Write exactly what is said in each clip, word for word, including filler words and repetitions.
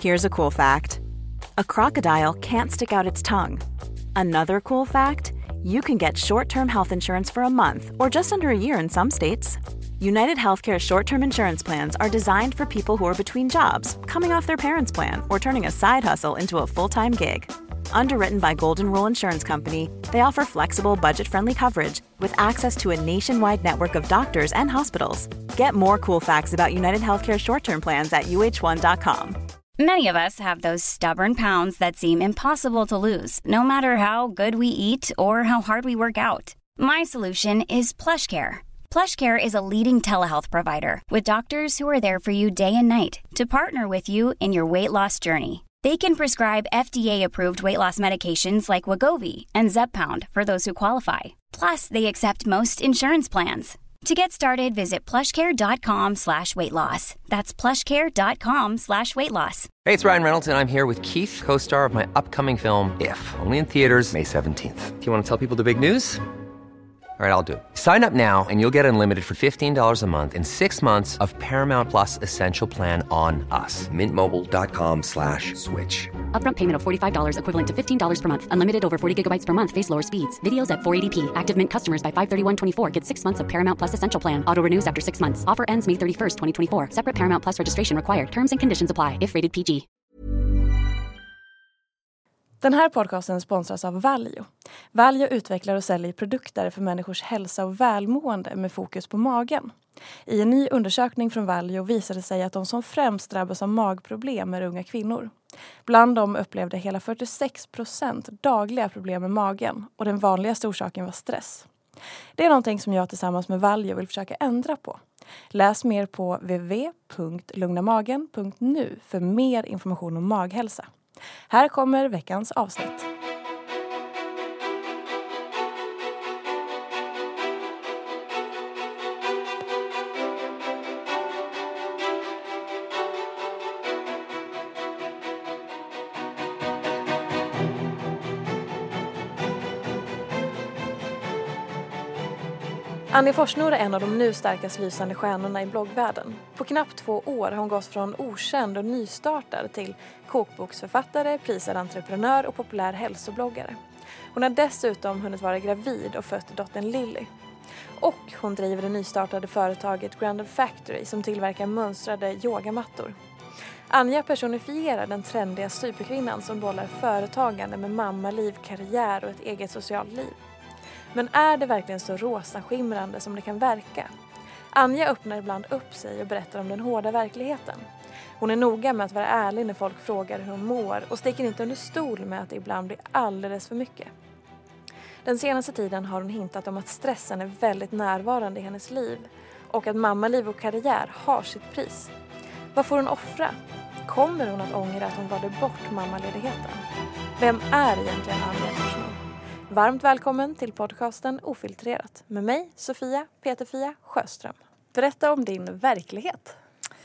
Here's a cool fact. A crocodile can't stick out its tongue. Another cool fact, you can get short-term health insurance for a month or just under a year in some states. United Healthcare short-term insurance plans are designed for people who are between jobs, coming off their parents' plan, or turning a side hustle into a full-time gig. Underwritten by Golden Rule Insurance Company, they offer flexible, budget-friendly coverage with access to a nationwide network of doctors and hospitals. Get more cool facts about United Healthcare short-term plans at U H one dot com. Many of us have those stubborn pounds that seem impossible to lose, no matter how good we eat or how hard we work out. My solution is PlushCare. PlushCare is a leading telehealth provider with doctors who are there for you day and night to partner with you in your weight loss journey. They can prescribe F D A-approved weight loss medications like Wegovy and Zepbound for those who qualify. Plus, they accept most insurance plans. To get started, visit plushcare.com slash weight loss. That's plushcare.com slash weight loss. Hey, it's Ryan Reynolds, and I'm here with Keith, co-star of my upcoming film, If, only in theaters May seventeenth. Do you want to tell people the big news? All right, I'll do it. Sign up now and you'll get unlimited for fifteen dollars a month and six months of Paramount Plus Essential Plan on us. Mint Mobile dot com slash switch. Upfront payment of forty-five dollars equivalent to fifteen dollars per month. Unlimited over forty gigabytes per month. Face lower speeds. Videos at four eighty p. Active Mint customers by five thirty-one twenty-four get six months of Paramount Plus Essential Plan. Auto renews after six months. Offer ends May thirty-first, twenty twenty-four. Separate Paramount Plus registration required. Terms and conditions apply if rated P G. Den här podcasten sponsras av Valio. Valio utvecklar och säljer produkter för människors hälsa och välmående med fokus på magen. I en ny undersökning från Valio visade sig att de som främst drabbas av magproblem är unga kvinnor. Bland dem upplevde hela fyrtiosex procent dagliga problem med magen och den vanligaste orsaken var stress. Det är någonting som jag tillsammans med Valio vill försöka ändra på. Läs mer på w w w punkt lugnamagen punkt nu för mer information om maghälsa. Här kommer veckans avsnitt. Anja Forsnor är en av de nu starkast lysande stjärnorna i bloggvärlden. På knappt två år har hon gått från okänd och nystartad till kokboksförfattare, prisad entreprenör och populär hälsobloggare. Hon har dessutom hunnit vara gravid och fött dottern Lily. Och hon driver det nystartade företaget Grandel Factory som tillverkar mönstrade yogamattor. Anja personifierar den trendiga superkvinnan som bollar företagande med mammaliv, karriär och ett eget socialt liv. Men är det verkligen så rosa skimrande som det kan verka? Anja öppnar ibland upp sig och berättar om den hårda verkligheten. Hon är noga med att vara ärlig när folk frågar hur hon mår och sticker inte under stol med att det ibland blir alldeles för mycket. Den senaste tiden har hon hintat om att stressen är väldigt närvarande i hennes liv och att mammaliv och karriär har sitt pris. Vad får hon offra? Kommer hon att ångra att hon valde bort mammaledigheten? Vem är egentligen Anja Forsnor? Varmt välkommen till podcasten Ofiltrerat med mig, Sofia Peterfia Sjöström. Berätta om din verklighet.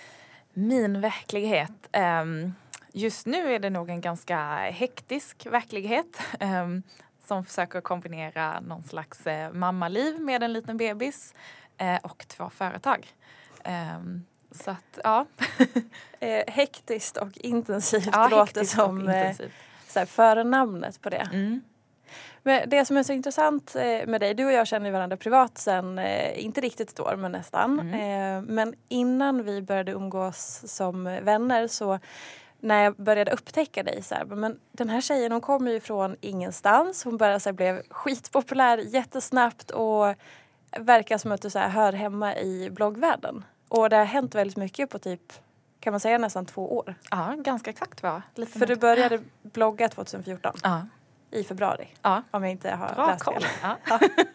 Min verklighet. Um, just nu är det nog en ganska hektisk verklighet um, som försöker kombinera någon slags uh, mammaliv med en liten bebis uh, och två företag. Um, så att, ja. eh, hektiskt och intensivt ja, låter som eh, så här, förnamnet på det. Mm. Men det som är så intressant med dig, du och jag känner varandra privat sen, inte riktigt ett år men nästan. Mm. Men innan vi började umgås som vänner så när jag började upptäcka dig så här, men den här tjejen hon kommer ju från ingenstans. Hon bara så här, blev skitpopulär jättesnabbt och verkar som att du så här, hör hemma i bloggvärlden. Och det har hänt väldigt mycket på typ, kan man säga nästan två år. Ja, ganska exakt va? Lite För du började blogga tjugohundrafjorton. Ja. I februari, ja. Om jag inte har Bra läst koll. fel. Ja.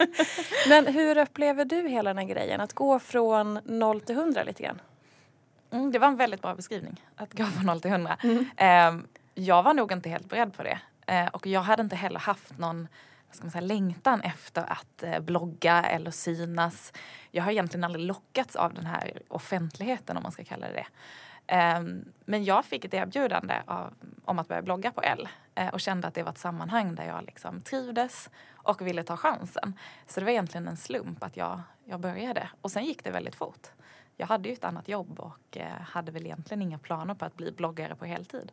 Men hur upplever du hela den här grejen? Att gå från noll till hundra lite grann? Mm, det var en väldigt bra beskrivning. Att gå från noll till hundra. Mm. Eh, jag var nog inte helt beredd på det. Eh, och jag hade inte heller haft någon vad ska man säga, längtan efter att eh, blogga eller synas. Jag har egentligen aldrig lockats av den här offentligheten om man ska kalla det det. Um, men jag fick ett erbjudande av, om att börja blogga på Elle uh, och kände att det var ett sammanhang där jag liksom trivdes och ville ta chansen. Så det var egentligen en slump att jag, jag började. Och sen gick det väldigt fort. jag hade ju ett annat jobb och eh, hade väl egentligen inga planer på att bli bloggare på heltid.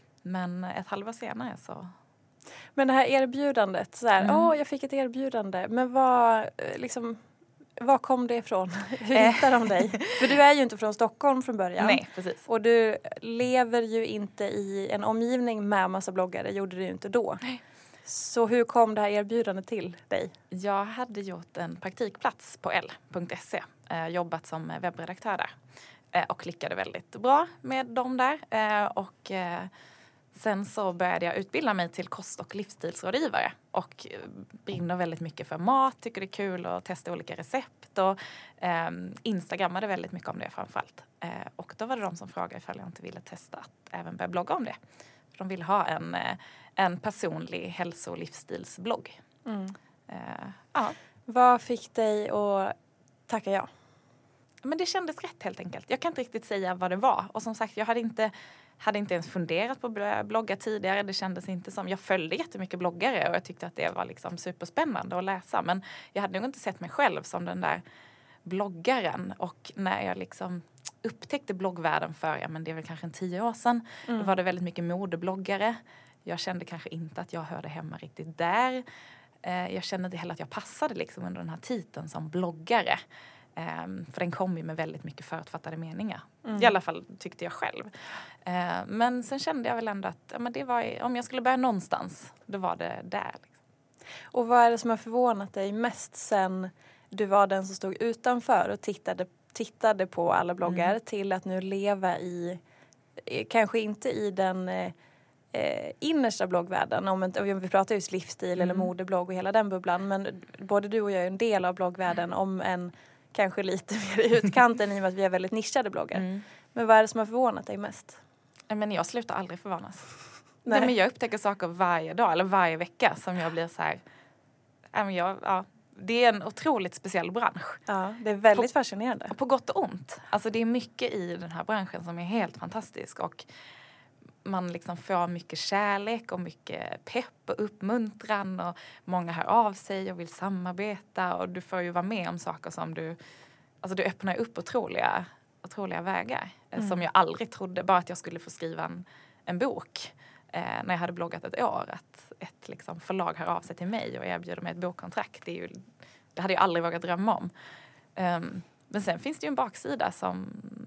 Men ett halvår senare så... Men det här erbjudandet, så här, Mm. åh jag fick ett erbjudande, men vad, eh, liksom, var kom det ifrån? Hur hittade de dig? För du är ju inte från Stockholm från början. Nej, precis. Och du lever ju inte i en omgivning med massa bloggare, gjorde du ju inte då. Nej. Så hur kom det här erbjudandet till dig? Jag hade gjort en praktikplats på L punkt se, eh, jobbat som webbredaktör där. Eh, och klickade väldigt bra med dem där. Eh, och eh, sen så började jag utbilda mig till kost- och livsstilsrådgivare. Och eh, brinner väldigt mycket för mat, tycker det är kul att testa olika recept. Och eh, Instagrammade väldigt mycket om det framförallt. Eh, och då var det de som frågade ifall jag inte ville testa att även börja blogga om det. För de ville ha en, eh, en personlig hälso- och livsstilsblogg. Mm. Eh, ja. Vad fick dig att tacka ja? Men det kändes rätt helt enkelt. Jag kan inte riktigt säga vad det var. Och som sagt, jag hade inte, hade inte ens funderat på att blogga tidigare. Det kändes inte som... Jag följde jättemycket bloggare och jag tyckte att det var liksom superspännande att läsa. Men jag hade nog inte sett mig själv som den där bloggaren. Och när jag liksom upptäckte bloggvärlden för, ja men det är väl kanske en tio år sedan. Mm. Då var det väldigt mycket modebloggare. Jag kände kanske inte att jag hörde hemma riktigt där. Jag kände inte heller att jag passade liksom under den här titeln som bloggare. Um, för den kom ju med väldigt mycket förutfattade meningar. Mm. I alla fall tyckte jag själv. Uh, men sen kände jag väl ändå att ja, men det var, om jag skulle börja någonstans, då var det där. Liksom. Och vad är det som har förvånat dig mest sen du var den som stod utanför och tittade, tittade på alla bloggar mm. till att nu leva i, kanske inte i den eh, innersta bloggvärlden, om, inte, om vi pratar just livsstil mm. eller modeblogg och hela den bubblan, men både du och jag är en del av bloggvärlden om en kanske lite mer i utkanten i och med att vi är väldigt nischade bloggar. Mm. Men vad är det som har förvånat dig mest? Men jag slutar aldrig förvånas. Nej. Nej, men jag upptäcker saker varje dag eller varje vecka som jag blir så här... Jag, ja, det är en otroligt speciell bransch. Ja, det är väldigt på, fascinerande. Och på gott och ont. Alltså det är mycket i den här branschen som är helt fantastisk och man liksom får mycket kärlek och mycket pepp och uppmuntran och många hör av sig och vill samarbeta och du får ju vara med om saker som du, alltså du öppnar upp otroliga, otroliga vägar mm. som jag aldrig trodde, bara att jag skulle få skriva en, en bok eh, när jag hade bloggat ett år, att ett liksom, förlag hör av sig till mig och erbjuder mig ett bokkontrakt, det, är ju, det hade jag aldrig vågat drömma om. Um, men sen finns det ju en baksida som,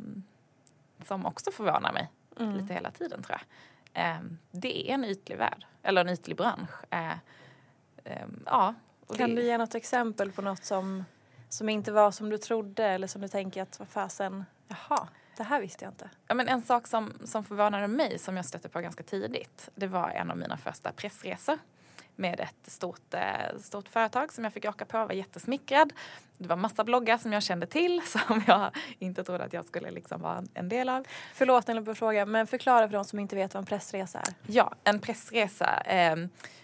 som också förvånar mig. Mm. Lite hela tiden tror jag. Eh, det är en ytlig värld. Eller en ytlig bransch. Eh, eh, ja, och kan det... du ge något exempel på något som, som inte var som du trodde? Eller som du tänker att vad fasen, jaha, det här visste jag inte. Ja, men en sak som, som förvånade mig som jag stötte på ganska tidigt. Det var en av mina första pressresor. Med ett stort, eh, stort företag som jag fick åka på. Jag var jättesmickrad. Det var massa bloggar som jag kände till. Som jag inte trodde att jag skulle liksom vara en del av. Förlåt när jag fråga, men förklara för de som inte vet vad en pressresa är. Ja, en pressresa eh,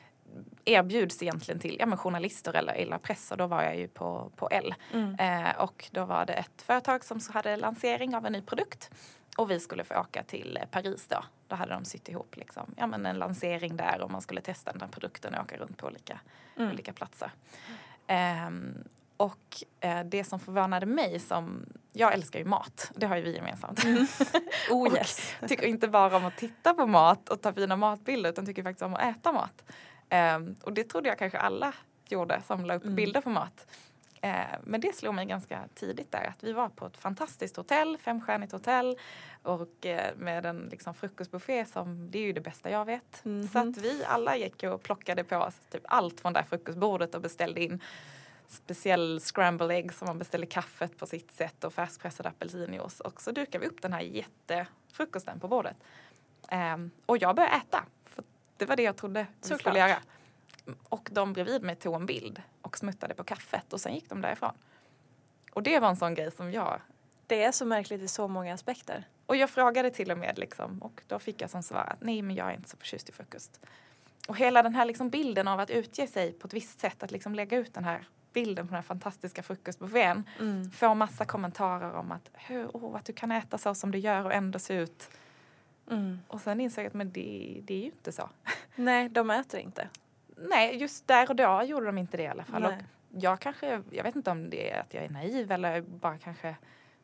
erbjuds egentligen till ja, men journalister eller, eller press. Och då var jag ju på, på L. Mm. Eh, och då var det ett företag som hade lansering av en ny produkt. Och vi skulle få åka till Paris då. Då hade de sytt ihop liksom, ja, men en lansering där och man skulle testa den här produkten och åka runt på olika, mm. olika platser. Mm. Um, och uh, det som förvånade mig som... Jag älskar ju mat. Det har ju vi gemensamt. Mm. Oh yes. Och tycker inte bara om att titta på mat och ta fina matbilder utan tycker faktiskt om att äta mat. Um, och det trodde jag kanske alla gjorde som la upp mm. bilder på mat. Uh, men det slog mig ganska tidigt där att vi var på ett fantastiskt hotell, femstjärnigt hotell och uh, med en liksom, frukostbuffé som det är ju det bästa jag vet. Mm-hmm. Så att vi alla gick och plockade på oss typ allt från där frukostbordet och beställde in speciell scramble egg som man beställde kaffet på sitt sätt och färskpressad apelsinjuice och så dukade vi upp den här jättefrukosten på bordet. Um, och jag började äta för det var det jag trodde vi så skulle göra. Och de bredvid mig tog en bild och smuttade på kaffet och sen gick de därifrån. Och det var en sån grej som jag... Det är så märkligt i så många aspekter. Och jag frågade till och med liksom, och då fick jag som svar att nej men jag är inte så förtjust i frukost. Och hela den här liksom bilden av att utge sig på ett visst sätt, att liksom lägga ut den här bilden på den här fantastiska frukostbuffén. Mm. Få massa kommentarer om att, oh, att du kan äta så som du gör och ändå se ut. Mm. Och sen insåg jag att men det, det är ju inte så. Nej, de äter inte. Nej, just där och då gjorde de inte det i alla fall. Och jag kanske, jag vet inte om det är att jag är naiv eller bara kanske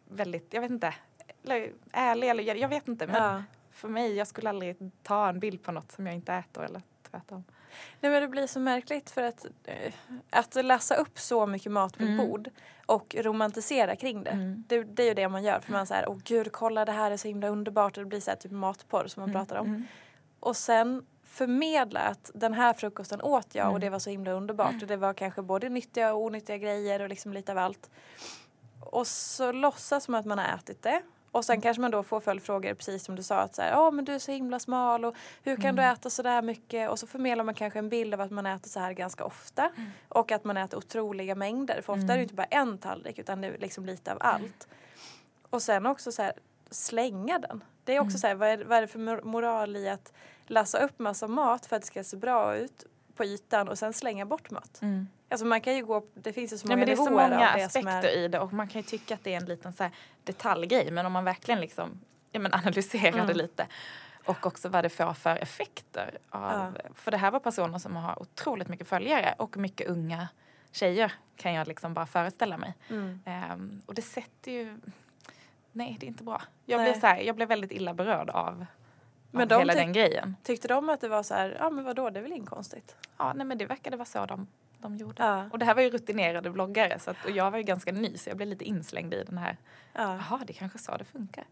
väldigt, jag vet inte, eller ärlig eller jag, jag vet inte. Men ja. För mig, jag skulle aldrig ta en bild på något som jag inte äter eller tvärtom. Nej, men det blir så märkligt för att, att läsa upp så mycket mat på mm. ett bord och romantisera kring det. Mm. det. Det är ju det man gör. För man säger, åh gud, kolla det här är så himla underbart. Och det blir så här typ matporr som man mm. pratar om. Mm. Och sen förmedla att den här frukosten åt jag mm. och det var så himla underbart. Mm. Och det var kanske både nyttiga och onyttiga grejer och liksom lite av allt. Och så låtsas som att man har ätit det. Och sen kanske man då får följdfrågor, precis som du sa, att så här, ja men du är så himla smal och hur kan mm. du äta så där mycket? Och så förmedlar man kanske en bild av att man äter så här ganska ofta mm. och att man äter otroliga mängder. För ofta mm. är det inte bara en tallrik utan det är liksom lite av allt. Mm. Och sen också så här, slänga den. Det är också mm. så här, vad är, vad är det för moral i att läsa upp massa mat för att det ska se bra ut på ytan och sen slänga bort mat? Mm. Alltså man kan ju gå, det finns ju så många Nej, men det är så många av det aspekter är... i det och man kan ju tycka att det är en liten så här detaljgrej, men om man verkligen liksom ja, men analyserar mm. det lite och också vad det får för effekter av, ja. För det här var personer som har otroligt mycket följare och mycket unga tjejer kan jag liksom bara föreställa mig. Mm. Um, och det sätter ju nej, det är inte bra. Jag blev så här, jag blev väldigt illa berörd av Men de hela tyck- den grejen. Tyckte de att det var så här, ja men vadå, det är väl inkonstigt? Ja, nej men det verkade vara så de, de gjorde. Ja. Och det här var ju rutinerade bloggare så att, och jag var ju ganska ny så jag blev lite inslängd i den här. Ja. Jaha, det kanske så det funkar.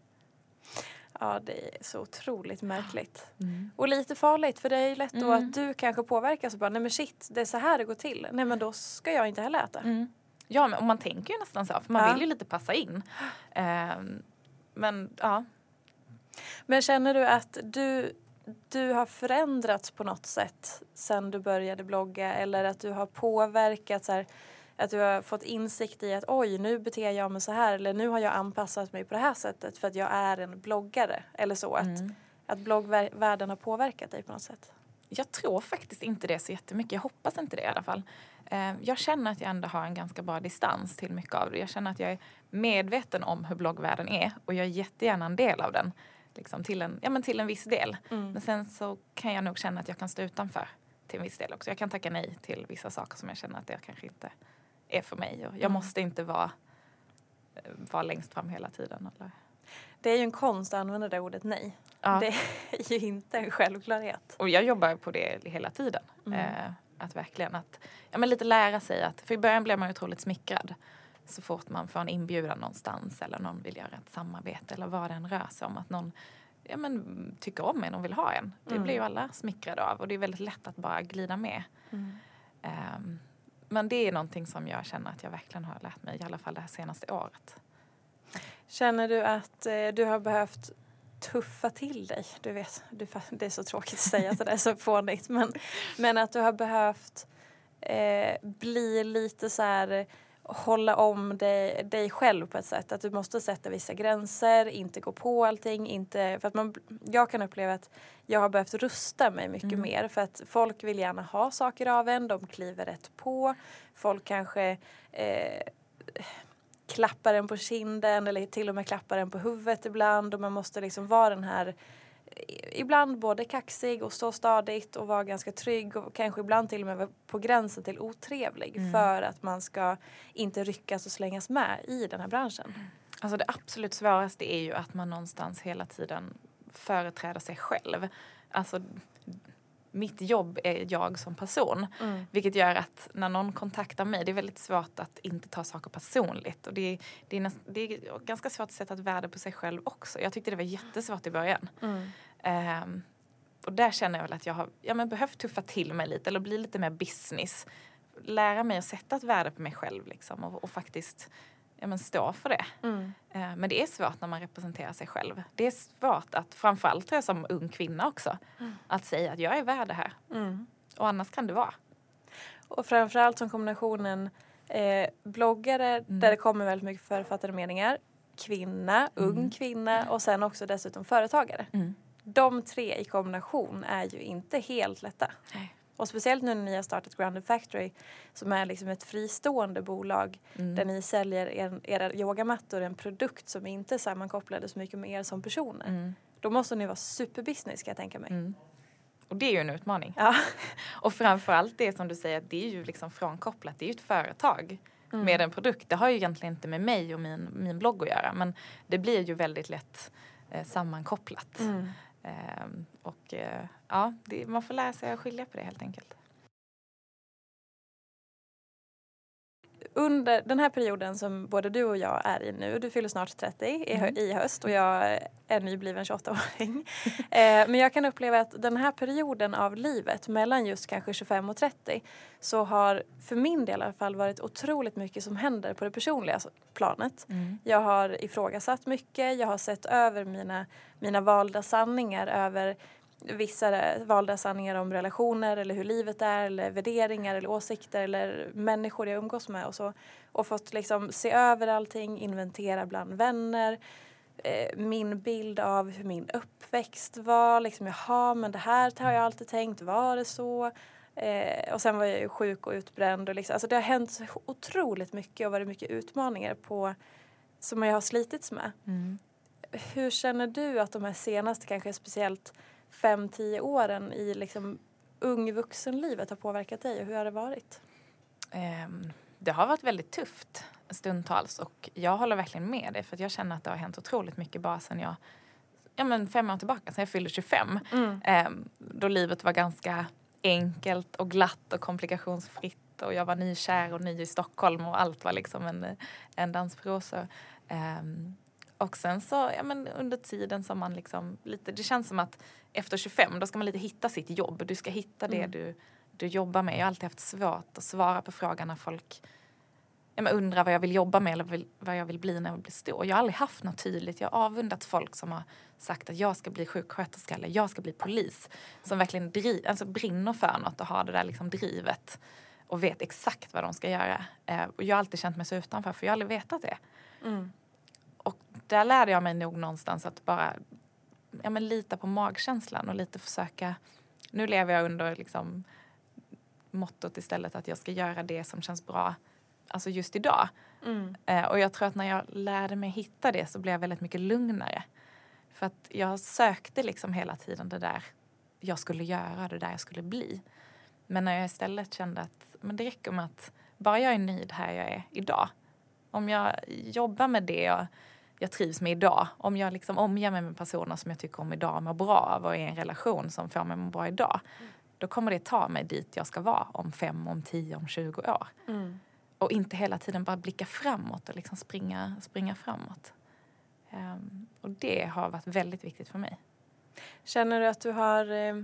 Ja, det är så otroligt märkligt. Mm. Och lite farligt, för det är ju lätt då mm. att du kanske påverkas och bara, nej men shit, det är så här det går till. Nej men då ska jag inte heller äta. Mm. Ja, men och man tänker ju nästan så, för man ja. vill ju lite passa in. Um, men, ja. Men känner du att du, du har förändrats på något sätt sen du började blogga? Eller att du har påverkat, så här, att du har fått insikt i att oj, nu beter jag mig så här. Eller nu har jag anpassat mig på det här sättet för att jag är en bloggare. Eller så, att, mm. att bloggvärlden har påverkat dig på något sätt. Jag tror faktiskt inte det så jättemycket. Jag hoppas inte det i alla fall. Jag känner att jag ändå har en ganska bra distans till mycket av det. Jag känner att jag är medveten om hur bloggvärlden är. Och jag är jättegärna en del av den. Liksom till, en, ja, men till en viss del. Mm. Men sen så kan jag nog känna att jag kan stå utanför till en viss del också. Jag kan tacka nej till vissa saker som jag känner att det kanske inte är för mig. Och jag mm. måste inte vara, vara längst fram hela tiden. Eller? Det är ju en konst att använda det ordet nej. Ja. Det är ju inte en självklarhet. Och jag jobbar på det hela tiden. Mm. Eh, att verkligen att, ja, men lite lära sig att, för i början blir man ju otroligt smickrad. Så fort man får en inbjudan någonstans eller någon vill göra ett samarbete eller vad den rör sig om. Att någon ja, men, tycker om en och vill ha en. Det mm. blir ju alla smickrade av och det är väldigt lätt att bara glida med. Mm. Um, men det är någonting som jag känner att jag verkligen har lärt mig i alla fall det här senaste året. Känner du att eh, du har behövt tuffa till dig? Du vet, du, det är så tråkigt att säga så det är så fånigt. Men, men att du har behövt eh, bli lite så här, hålla om dig, dig själv på ett sätt. Att du måste sätta vissa gränser, inte gå på allting. Inte, för att man, jag kan uppleva att jag har behövt rusta mig mycket mm. mer. För att folk vill gärna ha saker av en. De kliver rätt på. Folk kanske eh, klappar en på kinden eller till och med klappar en på huvudet ibland. Och man måste liksom vara den här, ibland både kaxig och stå stadigt och vara ganska trygg och kanske ibland till och med på gränsen till otrevlig mm. för att man ska inte ryckas och slängas med i den här branschen. Alltså det absolut svåraste är ju att man någonstans hela tiden företräder sig själv. Alltså mitt jobb är jag som person. Mm. Vilket gör att när någon kontaktar mig, det är väldigt svårt att inte ta saker personligt. Och det är, det är, näst, det är ganska svårt att sätta ett värde på sig själv också. Jag tyckte det var jättesvårt i början. Mm. Um, och där känner jag väl att jag har ja, men behövt tuffa till mig lite. Eller bli lite mer business. Lära mig att sätta ett värde på mig själv. Liksom, och, och faktiskt ja, men stå för det. Mm. Uh, men det är svårt när man representerar sig själv. Det är svårt att, framförallt tror jag som ung kvinna också, mm. att säga att jag är värd det här. Mm. Och annars kan det vara. Och framförallt som kombinationen eh, bloggare mm. där det kommer väldigt mycket författade meningar. Kvinna, ung mm. kvinna och sen också dessutom företagare. Mm. De tre i kombination är ju inte helt lätta. Nej. Och speciellt nu när ni har startat Grounded Factory som är liksom ett fristående bolag mm. där ni säljer er, era yogamattor, en produkt som inte är sammankopplade så mycket med er som personer. Mm. Då måste ni vara superbusiness, kan jag tänka mig. Mm. Och det är ju en utmaning. Ja. Och framförallt det som du säger, att det är ju liksom frånkopplat. Det är ju ett företag. mm. med en produkt. Det har ju egentligen inte med mig och min, min blogg att göra. Men det blir ju väldigt lätt eh, sammankopplat. Mm. Eh, och eh, ja, det, man får lära sig att skilja på det helt enkelt. Under den här perioden som både du och jag är i nu, du fyller snart trettio i, hö- i höst och jag är nybliven tjugoåttaåring. eh, men jag kan uppleva att den här perioden av livet mellan just kanske tjugofem och trettio så har för min del i alla fall varit otroligt mycket som händer på det personliga planet. Mm. Jag har ifrågasatt mycket, jag har sett över mina, mina valda sanningar över vissa valda sanningar om relationer eller hur livet är eller värderingar eller åsikter eller människor jag umgås med och så. Och fått liksom se över allting, inventera bland vänner. Eh, min bild av hur min uppväxt var. Liksom, jaha, men det här har jag alltid tänkt, var det så? Eh, och sen var jag ju sjuk och utbränd. Och liksom, alltså det har hänt så otroligt mycket och varit mycket utmaningar på, som jag har slitits med. Mm. Hur känner du att de här senaste, kanske speciellt fem, tio åren i liksom ung vuxenlivet har påverkat dig och hur har det varit? Um, det har varit väldigt tufft stundtals och jag håller verkligen med dig för att jag känner att det har hänt otroligt mycket bara sedan jag, ja men fem år tillbaka, sedan jag fyllde tjugofem. Mm. Um, då livet var ganska enkelt och glatt och komplikationsfritt och jag var nykär och ny i Stockholm och allt var liksom en, en dans på rosor. Um, Och sen så, ja men under tiden som man liksom lite, det känns som att efter tjugofem, då ska man lite hitta sitt jobb. Du ska hitta det mm. du, du jobbar med. Jag har alltid haft svårt att svara på frågan när folk ja, men undrar vad jag vill jobba med eller vill, vad jag vill bli när jag blir stor. Jag har aldrig haft något tydligt. Jag har avundat folk som har sagt att jag ska bli sjuksköterska eller jag ska bli polis. Som verkligen driv, alltså brinner för något och har det där liksom drivet. Och vet exakt vad de ska göra. Eh, och jag har alltid känt mig så utanför för jag har aldrig vetat det. Mm. Och där lärde jag mig nog någonstans att bara ja, men lita på magkänslan och lite försöka. Nu lever jag under liksom mottot istället att jag ska göra det som känns bra alltså just idag. Mm. Eh, och jag tror att när jag lärde mig hitta det så blev jag väldigt mycket lugnare. För att jag sökte liksom hela tiden det där jag skulle göra, det där jag skulle bli. Men när jag istället kände att men det räcker med att bara jag är nöjd här jag är idag. Om jag jobbar med det jag, jag trivs med idag. Om jag liksom omger mig med personer som jag tycker om idag och mår bra av och är i en relation som får mig må bra idag. Mm. Då kommer det ta mig dit jag ska vara om fem, om tio, om tjugo år. Mm. Och inte hela tiden bara blicka framåt och liksom springa, springa framåt. Um, och det har varit väldigt viktigt för mig. Känner du att du har... Eh,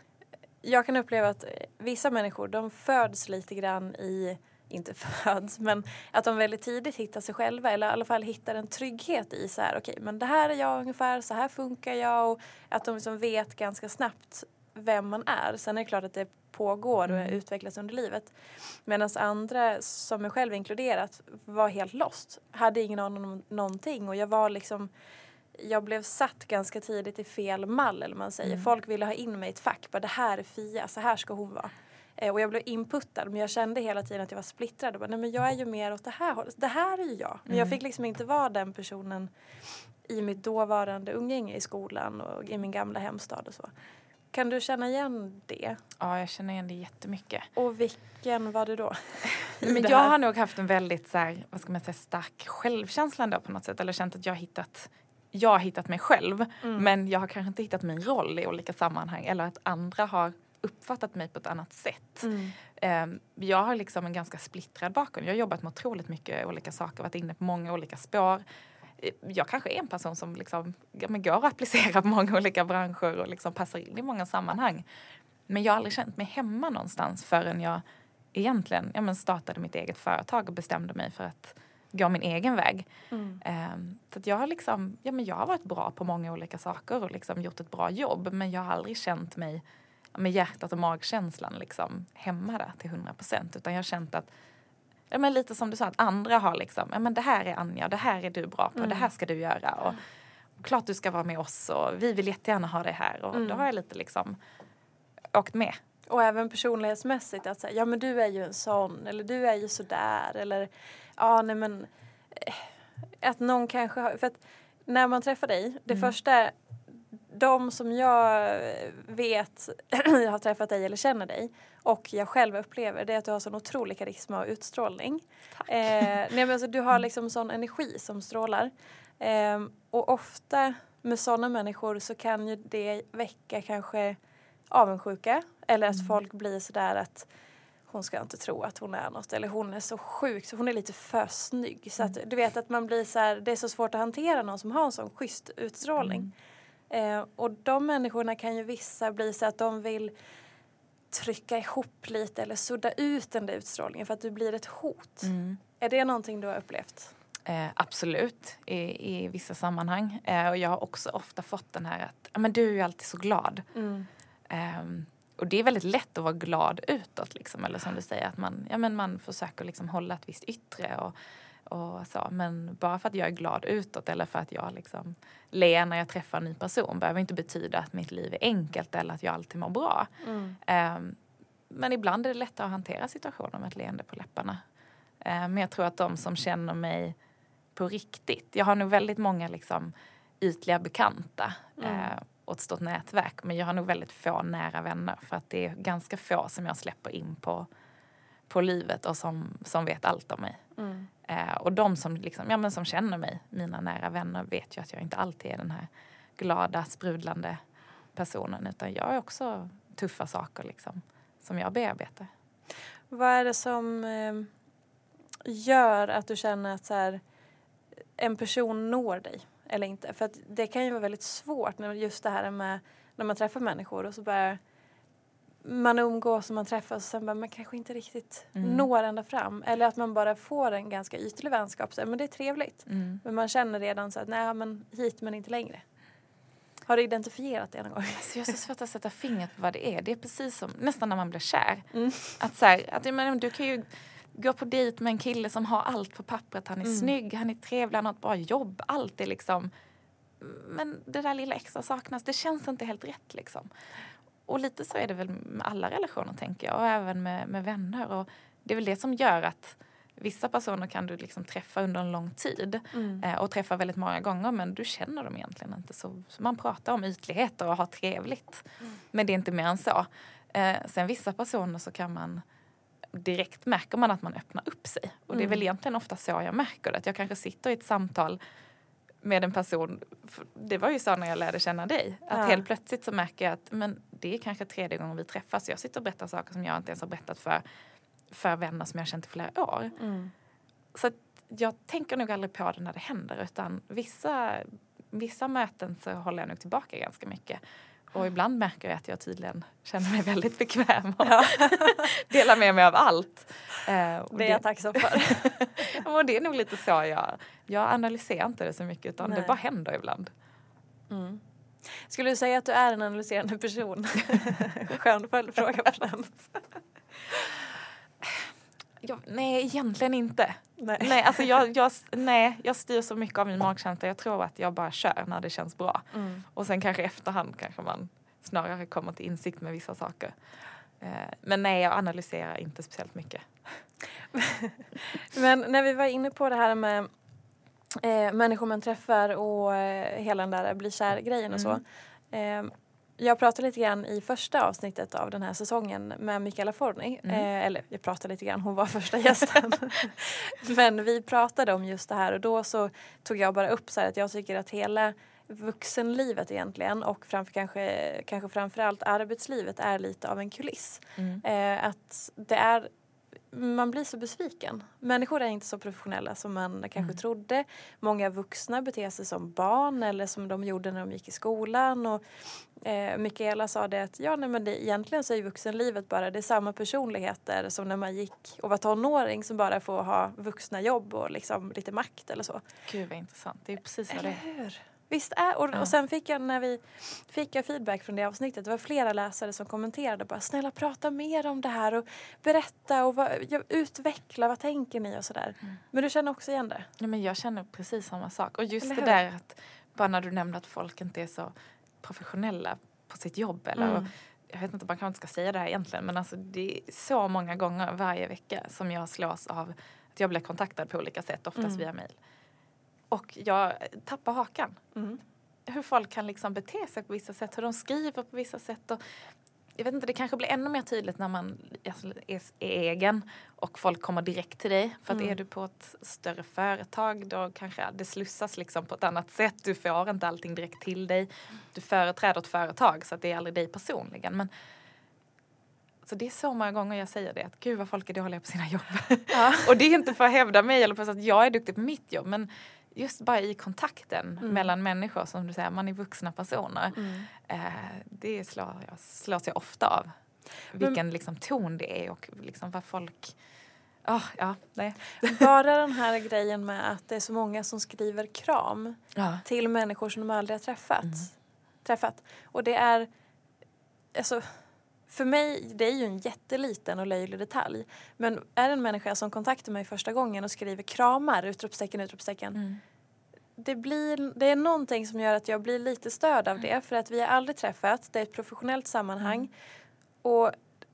jag kan uppleva att vissa människor, de föds lite grann i... inte föds, men att de väldigt tidigt hittar sig själva eller i alla fall hittar en trygghet i så här, okej, okay, men det här är jag ungefär, så här funkar jag och att de liksom vet ganska snabbt vem man är. Sen är det klart att det pågår och mm. utvecklas under livet. Medan andra, som jag själv inkluderat, var helt lost. Hade ingen aning om någonting och jag var liksom jag blev satt ganska tidigt i fel mall eller man säger. Mm. Folk ville ha in mig i ett fack, bara det här är Fia, så här ska hon vara. Och jag blev inputtad, men jag kände hela tiden att jag var splittrad. Och bara, nej men jag är ju mer åt det här hållet. Det här är ju jag. Men mm. jag fick liksom inte vara den personen i mitt dåvarande umgänge i skolan och i min gamla hemstad och så. Kan du känna igen det? Ja, jag känner igen det jättemycket. Och vilken var det då? Men jag har nog haft en väldigt så här, vad ska man säga, stark självkänsla då på något sätt. Eller känt att jag har hittat, jag har hittat mig själv. Mm. Men jag har kanske inte hittat min roll i olika sammanhang. Eller att andra har uppfattat mig på ett annat sätt. Mm. Jag har liksom en ganska splittrad bakgrund. Jag har jobbat med otroligt mycket olika saker. Varit inne på många olika spår. Jag kanske är en person som liksom, går att applicera på många olika branscher och liksom passar in i många sammanhang. Men jag har aldrig känt mig hemma någonstans förrän jag egentligen ja, men startade mitt eget företag och bestämde mig för att gå min egen väg. Mm. Um, så att jag har liksom, ja, men jag har varit bra på många olika saker och liksom gjort ett bra jobb. Men jag har aldrig känt mig med hjärtat och magkänslan liksom hemma där till hundra procent. Utan jag har känt att, ja men lite som du sa, att andra har liksom, ja men det här är Anja, det här är du bra på, mm. det här ska du göra. Och, och klart du ska vara med oss och vi vill jättegärna ha det här. Och mm. då har jag lite liksom åkt med. Och även personlighetsmässigt att säga, ja men du är ju en sån, eller du är ju sådär, eller ja nej men att någon kanske har, för att när man träffar dig, det mm. första de som jag vet jag har träffat dig eller känner dig och jag själv upplever det är att du har sån otrolig karisma och utstrålning. Tack. Eh, nej, men alltså, du har liksom sån energi som strålar. Eh, och ofta med såna människor så kan ju det väcka kanske avundsjuka. Eller att mm. folk blir sådär att hon ska inte tro att hon är något. Eller hon är så sjuk, så hon är lite för snygg. Så att du vet att man blir så här, det är så svårt att hantera någon som har en sån schysst utstrålning. Mm. Eh, och de människorna kan ju vissa bli så att de vill trycka ihop lite eller sudda ut den där utstrålningen för att du blir ett hot. Mm. Är det någonting du har upplevt? Eh, absolut, i, i vissa sammanhang. Eh, och jag har också ofta fått den här att men du är ju alltid så glad. Mm. Eh, och det är väldigt lätt att vara glad utåt. Liksom, eller som du säger, att man, ja, men man försöker liksom hålla ett visst yttre och, och så. Men bara för att jag är glad utåt eller för att jag liksom ler när jag träffar en ny person behöver inte betyda att mitt liv är enkelt eller att jag alltid mår bra. Mm. Eh, men ibland är det lättare att hantera situationer med ett leende på läpparna. Eh, men jag tror att de som känner mig på riktigt. Jag har nog väldigt många liksom ytliga bekanta mm. eh, och ett stort nätverk. Men jag har nog väldigt få nära vänner. För att det är ganska få som jag släpper in på, på livet och som, som vet allt om mig. Mm. Eh, och de som, liksom, ja, men som känner mig, mina nära vänner, vet ju att jag inte alltid är den här glada, sprudlande personen. Utan jag är också tuffa saker liksom, som jag bearbetar. Vad är det som eh, gör att du känner att så här, en person når dig eller inte? För att det kan ju vara väldigt svårt när just det här med när man träffar människor och så bara man umgås och man träffas och sen bara man kanske inte riktigt mm. når ända fram. Eller att man bara får en ganska ytlig vänskap. Så, men det är trevligt. Mm. Men man känner redan så att nej men hit men inte längre. Har du identifierat det någon gång? Alltså jag är så svårt att sätta fingret på vad det är. Det är precis som nästan när man blir kär. Mm. Att så här, att, men, du kan ju gå på dejt med en kille som har allt på pappret. Han är mm. snygg, han är trevlig, han har ett bra jobb. Allt är liksom... Men det där lilla extra saknas. Det känns inte helt rätt liksom. Och lite så är det väl med alla relationer tänker jag. Och även med, med vänner. Och det är väl det som gör att vissa personer kan du liksom träffa under en lång tid. Mm. Eh, och träffa väldigt många gånger. Men du känner dem egentligen inte. Så, så man pratar om ytligheter och har trevligt. Mm. Men det är inte mer än så. Eh, sen vissa personer så kan man... direkt märker man att man öppnar upp sig. Och mm. det är väl egentligen ofta så jag märker det. Att jag kanske sitter i ett samtal med en person. Det var ju så när jag lärde känna dig. Att ja. helt plötsligt så märker jag att men det är kanske tredje gången vi träffas. Jag sitter och berättar saker som jag inte ens har berättat för, för vänner som jag har känt i flera år. Mm. Så att jag tänker nog aldrig på det när det händer. Utan vissa, vissa möten så håller jag nog tillbaka ganska mycket. Och ibland märker jag att jag tydligen känner mig väldigt bekväm och ja. delar med mig av allt. Eh, och det är jag tacksam för. Och det är nog lite så jag, jag analyserar inte det så mycket utan Nej. det bara händer ibland. Mm. Skulle du säga att du är en analyserande person? Skön följdfråga på den. Jag, nej, egentligen inte. Nej, nej, alltså jag, jag, nej, jag styr så mycket av min magkänsla. Jag tror att jag bara kör när det känns bra. Mm. Och sen kanske efterhand kanske man snarare kommer till insikt med vissa saker. Eh, men nej, jag analyserar inte speciellt mycket. Men när vi var inne på det här med eh, människor man träffar och eh, hela den där blir kär-grejen och så. Eh, Jag pratade lite grann i första avsnittet av den här säsongen med Michaela Forni. Mm. Eh, eller jag pratade lite grann, hon var första gästen. Men vi pratade om just det här och då så tog jag bara upp så här att jag tycker att hela vuxenlivet egentligen och framför, kanske, kanske framförallt arbetslivet är lite av en kuliss. Mm. Eh, att det är... Man blir så besviken. Människor är inte så professionella som man kanske mm. trodde. Många vuxna beter sig som barn eller som de gjorde när de gick i skolan. Och, eh, Michaela sa det att ja, nej, men det, egentligen så är vuxenlivet bara det är samma personligheter som när man gick och var tonåring som bara får ha vuxna jobb och liksom lite makt eller så. Gud vad intressant. Det är precis vad det är. Eller hur? Visst är, och, ja. och sen fick jag när vi fick jag feedback från det avsnittet, det var flera läsare som kommenterade bara snälla prata mer om det här och berätta och vad, utveckla, vad tänker ni och sådär. Mm. Men du känner också igen det? Ja, men jag känner precis samma sak. Och just det där att bara när du nämnde att folk inte är så professionella på sitt jobb eller mm. och, jag vet inte, man kanske inte ska säga det här egentligen men alltså det är så många gånger varje vecka som jag slås av att jag blir kontaktad på olika sätt, oftast mm. via mejl. Och jag tappar hakan. Mm. hur folk kan liksom bete sig på vissa sätt. Hur de skriver på vissa sätt. Och jag vet inte, det kanske blir ännu mer tydligt när man alltså, är, är egen och folk kommer direkt till dig. För att mm. är du på ett större företag då kanske det slussas liksom på ett annat sätt. Du får inte allting direkt till dig. Du företräder ett företag så att det är aldrig dig personligen. Men så det är så många gånger jag säger det. Att gud vad folk är dåliga på sina jobb. Ja. Och det är inte för att hävda mig eller för att jag är duktig på mitt jobb. Men just bara i kontakten mm. mellan människor, som du säger, man är vuxna personer. Mm. Eh, det slår jag, slås jag ofta av. Vilken Men, liksom, ton det är och liksom vad folk... Oh, ja, nej. Bara den här grejen med att det är så många som skriver kram ja. till människor som de aldrig har träffat. Mm. träffat. Och det är... Alltså, för mig, det är ju en jätteliten och löjlig detalj. Men är det en människa som kontaktar mig första gången och skriver kramar, utropstecken, utropstecken. Mm. Det, blir, det är någonting som gör att jag blir lite störd av det. För att vi har aldrig träffats. Det är ett professionellt sammanhang. Mm. Och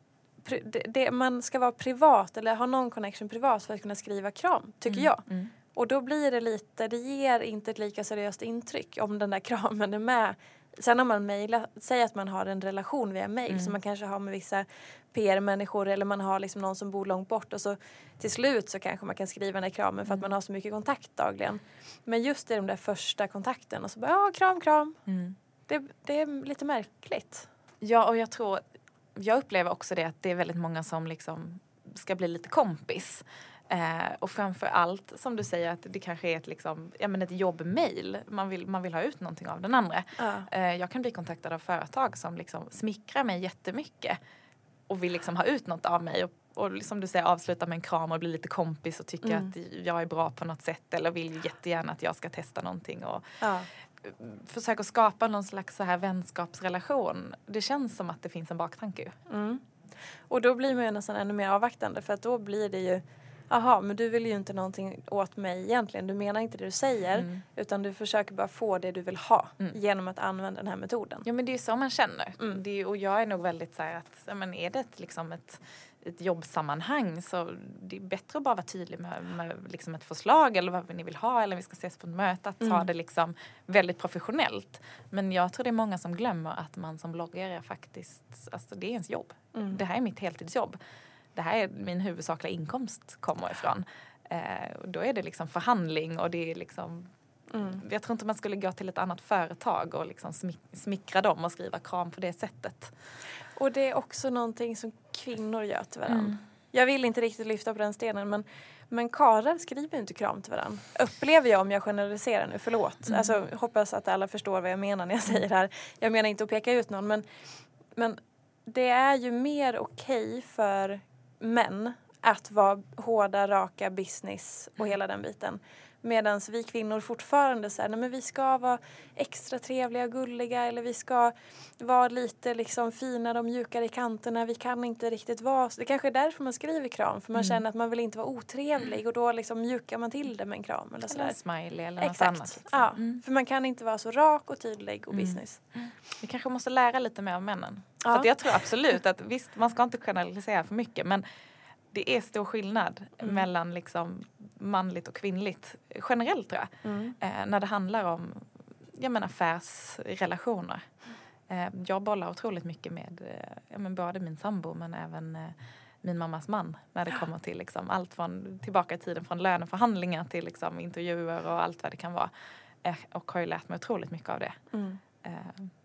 det, det, man ska vara privat eller ha någon connection privat för att kunna skriva kram, tycker mm. jag. Mm. Och då blir det lite, det ger inte ett lika seriöst intryck om den där kramen är med. Sen om man mejlar, säger att man har en relation via mejl mm. som man kanske har med vissa P R-människor eller man har liksom någon som bor långt bort och så till slut så kanske man kan skriva den där kramen för att man har så mycket kontakt dagligen. Men just i de där första kontakten och så bara, ja, kram, kram. Mm. Det, det är lite märkligt. Ja, och jag tror, jag upplever också det att det är väldigt många som liksom ska bli lite kompis. Eh, och framför allt, som du säger, att det kanske är ett, liksom, ja, men ett jobbmail. Man vill, man vill ha ut någonting av den andra. Ja. Eh, jag kan bli kontaktad av företag som liksom smickrar mig jättemycket. Och vill liksom ha ut något av mig. Och, och som du säger, avsluta med en kram och bli lite kompis och tycka mm. att jag är bra på något sätt. Eller vill jättegärna att jag ska testa någonting. Och ja. försöka skapa någon slags så här vänskapsrelation. Det känns som att det finns en baktanke. Mm. Och då blir man ju nästan ännu mer avvaktande. För att då blir det ju... Aha, men du vill ju inte någonting åt mig egentligen. Du menar inte det du säger. Mm. Utan du försöker bara få det du vill ha. Mm. Genom att använda den här metoden. Ja, men det är så man känner. Mm. Det är, och jag är nog väldigt så här att... Ja, men är det ett, liksom ett, ett jobbsammanhang så det är bättre att bara vara tydlig med, med liksom ett förslag. Eller vad ni vill ha. Eller vi ska ses på ett möte. Att mm. ta det liksom väldigt professionellt. Men jag tror det är många som glömmer att man som bloggare faktiskt... Alltså det är ens jobb. Mm. Det här är mitt heltidsjobb. Det här är min huvudsakliga inkomst kommer ifrån. Eh, och då är det liksom förhandling och det är liksom... Mm. Jag tror inte man skulle gå till ett annat företag och liksom smick, smickra dem och skriva kram på det sättet. Och det är också någonting som kvinnor gör till varandra. Mm. Jag vill inte riktigt lyfta på den stenen, men, men karlar skriver inte kram till varandra. Upplever jag om jag generaliserar nu, förlåt. Mm. Alltså, hoppas att alla förstår vad jag menar när jag säger det här. Jag menar inte att peka ut någon, men, men det är ju mer okej för män att vara hårda, raka, business och hela den biten. Medan vi kvinnor fortfarande säger, nej men vi ska vara extra trevliga och gulliga. Eller vi ska vara lite liksom finare och mjukare i kanterna. Vi kan inte riktigt vara... Det kanske är därför man skriver kram. För man mm. känner att man vill inte vara otrevlig. Och då liksom mjukar man till det med en kram. Eller, eller en smiley eller något Exakt. annat. Liksom. Ja, mm. för man kan inte vara så rak och tydlig och business. Mm. Vi kanske måste lära lite mer av männen. Ja. För att jag tror absolut att visst, man ska inte generalisera för mycket. Men det är stor skillnad mm. mellan liksom manligt och kvinnligt. Generellt tror jag. Mm. Eh, när det handlar om jag menar, affärsrelationer. Eh, jag bollar otroligt mycket med eh, ja, men både min sambo men även eh, min mammas man. När det kommer till liksom, allt från tillbaka i tiden från löneförhandlingar till liksom, intervjuer och allt vad det kan vara. Eh, och har ju lärt mig otroligt mycket av det. Mm. Eh.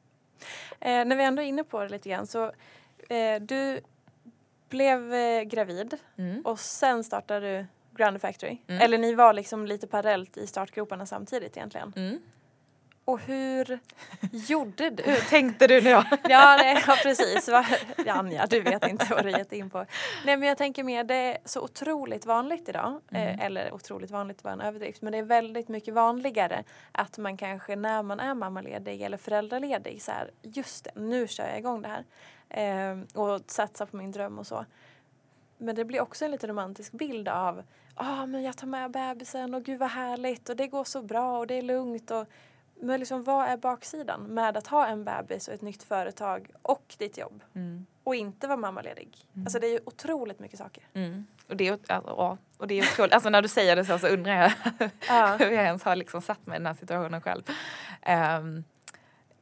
Eh, när vi ändå är inne på det lite grann så eh, du blev eh, gravid mm. och sen startade du Grounded Factory. Mm. Eller ni var liksom lite parallellt i startgroparna samtidigt egentligen. Mm. Och hur gjorde du? Hur tänkte du nu? ja, nej, ja, precis. Anja, du vet inte vad du gett in på. Nej, men jag tänker mer, det är så otroligt vanligt idag. Mm. Eh, eller otroligt vanligt var en överdrift. Men det är väldigt mycket vanligare att man kanske när man är mammaledig eller föräldraledig så här, just det, nu kör jag igång det här. Eh, och satsar på min dröm och så. Men det blir också en lite romantisk bild av ah, men jag tar med bebisen och gud vad härligt och det går så bra och det är lugnt. Och, men liksom, vad är baksidan med att ha en bebis och ett nytt företag och ditt jobb? Mm. Och inte vara mammaledig. Mm. Alltså det är ju otroligt mycket saker. Mm. Och det är, alltså, och det är otroligt. Alltså när du säger det så, så undrar jag ja. hur jag ens har liksom satt mig i den här situationen själv. Um,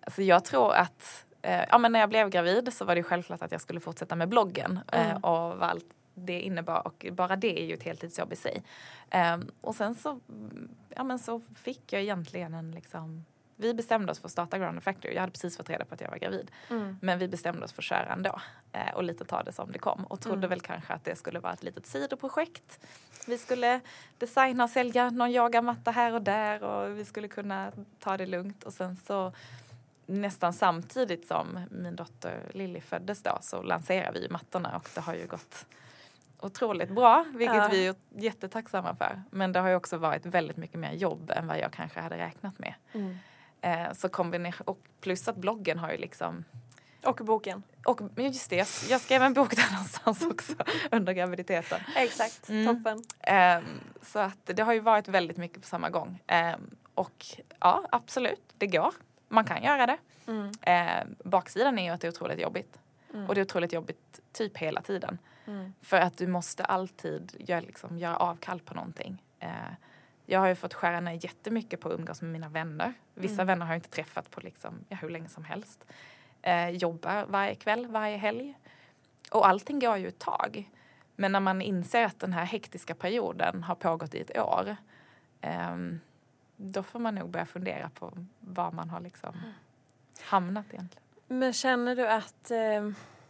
Alltså jag tror att eh, ja, men när jag blev gravid så var det självklart att jag skulle fortsätta med bloggen eh, Mm. och vad allt det innebar. Och bara det är ju ett heltidsjobb i sig. Eh, och sen så, ja, men så fick jag egentligen en liksom... Vi bestämde oss för att starta Grounded Factory. Jag hade precis fått reda på att jag var gravid. Mm. Men vi bestämde oss för att köra ändå. Eh, och lite ta det som det kom. Och trodde Mm. väl kanske att det skulle vara ett litet sidoprojekt. Vi skulle designa och sälja någon yogamatta här och där. Och vi skulle kunna ta det lugnt. Och sen så nästan samtidigt som min dotter Lilly föddes då så lanserade vi mattorna. Och det har ju gått otroligt bra. Vilket Ja. vi är jättetacksamma för. Men det har ju också varit väldigt mycket mer jobb än vad jag kanske hade räknat med. Mm. Eh, så kombiner- och plus att bloggen har ju liksom... Och boken. Och just det, jag, jag skrev en bok där någonstans också under graviditeten. Exakt, Mm. toppen. Eh, så att det har ju varit väldigt mycket på samma gång. Eh, och ja, absolut, det går. Man kan göra det. Mm. Eh, baksidan är ju att det är otroligt jobbigt. Mm. Och det är otroligt jobbigt typ hela tiden. Mm. För att du måste alltid gör, liksom, göra avkall på någonting. Eh, jag har ju fått skära ner jättemycket på att umgås med mina vänner. Vissa Mm. vänner har jag inte träffat på liksom, ja, hur länge som helst. Eh, jobbar varje kväll, varje helg. Och allting går ju ett tag. Men när man inser att den här hektiska perioden har pågått i ett år. Eh, då får man nog börja fundera på var man har liksom hamnat egentligen. Men känner du att... Eh,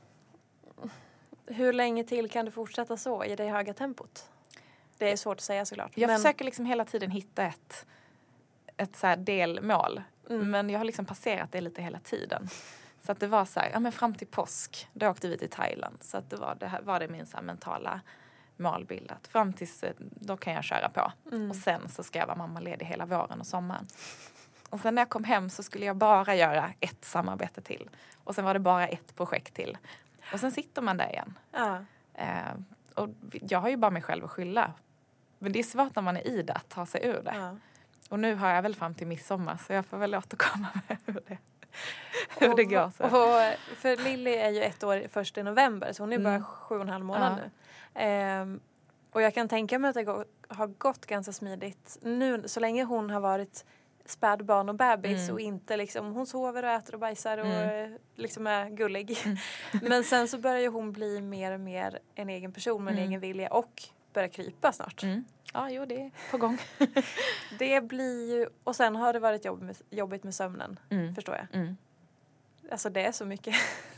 hur länge till kan du fortsätta så i det höga tempot? Det är svårt att säga såklart. Jag men, försöker liksom hela tiden hitta ett, ett så här delmål. Mm. Men jag har liksom passerat det lite hela tiden. Så att det var så här, ja men fram till påsk, då åkte vi till Thailand. Så att det var det, här, var det min så här mentala målbild. Att fram tills, då kan jag köra på. Mm. Och sen så ska jag vara mammaledig hela våren och sommaren. Och sen när jag kom hem så skulle jag bara göra ett samarbete till. Och sen var det bara ett projekt till. Och sen sitter man där igen. Ja. Eh, och jag har ju bara mig själv att skylla. Men det är svårt när man är i det att ta sig ur det. Ja. Och nu har jag väl fram till midsommar så jag får väl återkomma med hur det, hur det går. Så. Och för Lilly är ju ett år först i november så hon är bara Mm. sju och en halv månad Ja. nu. Ehm, och jag kan tänka mig att det går, har gått ganska smidigt nu så länge hon har varit spädbarn och bebis Mm. och inte liksom, hon sover och äter och bajsar och Mm. eh, liksom är gullig. Mm. Men sen så börjar ju hon bli mer och mer en egen person med en Mm. egen vilja och börja krypa snart. Mm. Ja, jo, det är på gång. Det blir ju, och sen har det varit jobb med, jobbigt med sömnen, Mm. förstår jag. Mm. Alltså det är så mycket.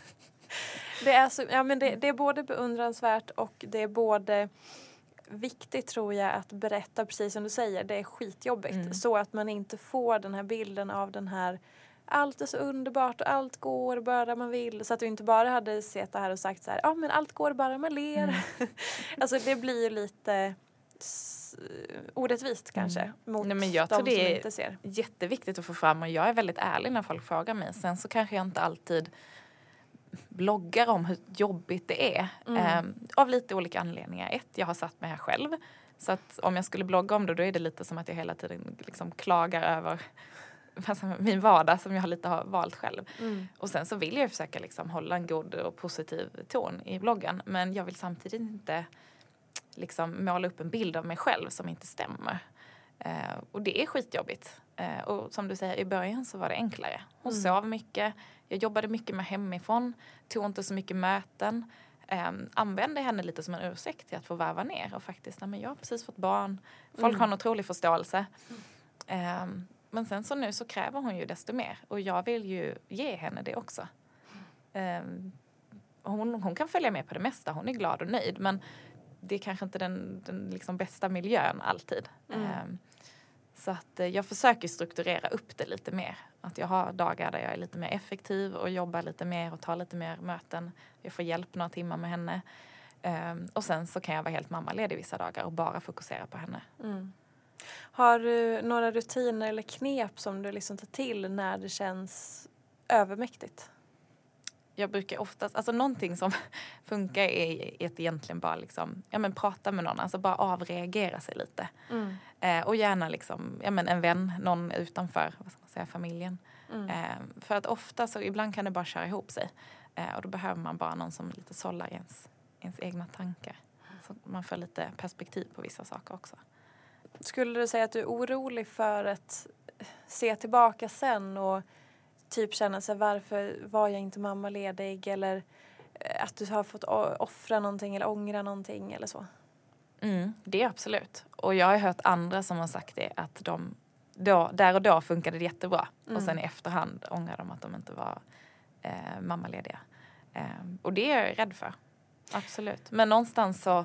det, är så, ja, men det, det är både beundransvärt och det är både viktigt tror jag att berätta precis som du säger. Det är skitjobbigt. Mm. Så att man inte får den här bilden av den här allt är så underbart och allt går bara man vill. Så att du inte bara hade sett det här och sagt så här, ja men allt går bara man ler. Mm. alltså det blir ju lite s- orättvist kanske Mm. mot Nej, men jag de tror det som är inte ser. jätteviktigt att få fram och jag är väldigt ärlig när folk frågar mig. Sen så kanske jag inte alltid bloggar om hur jobbigt det är. Mm. Ehm, av lite olika anledningar. Ett, jag har satt mig här själv. Så att om jag skulle blogga om det då är det lite som att jag hela tiden liksom klagar över min vardag som jag lite har valt själv. Mm. Och sen så vill jag försöka liksom hålla en god och positiv ton i bloggen. Men jag vill samtidigt inte liksom måla upp en bild av mig själv som inte stämmer. Eh, och det är skitjobbigt. Eh, och som du säger, i början så var det enklare. Hon Mm. sov mycket. Jag jobbade mycket med hemifrån. Tog inte så mycket möten. Eh, använde henne lite som en ursäkt till att få varva ner. Och faktiskt, nej, men jag har precis fått barn. Folk Mm. har en otrolig förståelse. Eh, men sen så nu så kräver hon ju desto mer. Och jag vill ju ge henne det också. Eh, hon, hon kan följa med på det mesta. Hon är glad och nöjd. Men det är kanske inte den, den liksom bästa miljön alltid. Mm. Um, så att uh, jag försöker strukturera upp det lite mer. Att jag har dagar där jag är lite mer effektiv och jobbar lite mer och tar lite mer möten. Jag får hjälp några timmar med henne. Um, och sen så kan jag vara helt mammaledig vissa dagar och bara fokusera på henne. Mm. Har du några rutiner eller knep som du liksom tar till när det känns övermäktigt? Jag brukar oftast, alltså någonting som funkar är att egentligen bara liksom, ja men prata med någon, alltså bara avreagera sig lite. Mm. Eh, och gärna liksom, ja men en vän, någon utanför, vad ska man säga, familjen. Mm. Eh, för att ofta så, ibland kan det bara köra ihop sig. Eh, och då behöver man bara någon som lite sållar ens, ens egna tankar. Så man får lite perspektiv på vissa saker också. Skulle du säga att du är orolig för att se tillbaka sen och typ känna sig varför var jag inte mammaledig eller att du har fått offra någonting eller ångra någonting eller så? Mm, det är absolut. Och jag har hört andra som har sagt det, att de då, där och då funkade det jättebra. Mm. Och sen i efterhand ångrar de att de inte var eh, mammalediga. Eh, och det är jag rädd för. Absolut. Men någonstans så...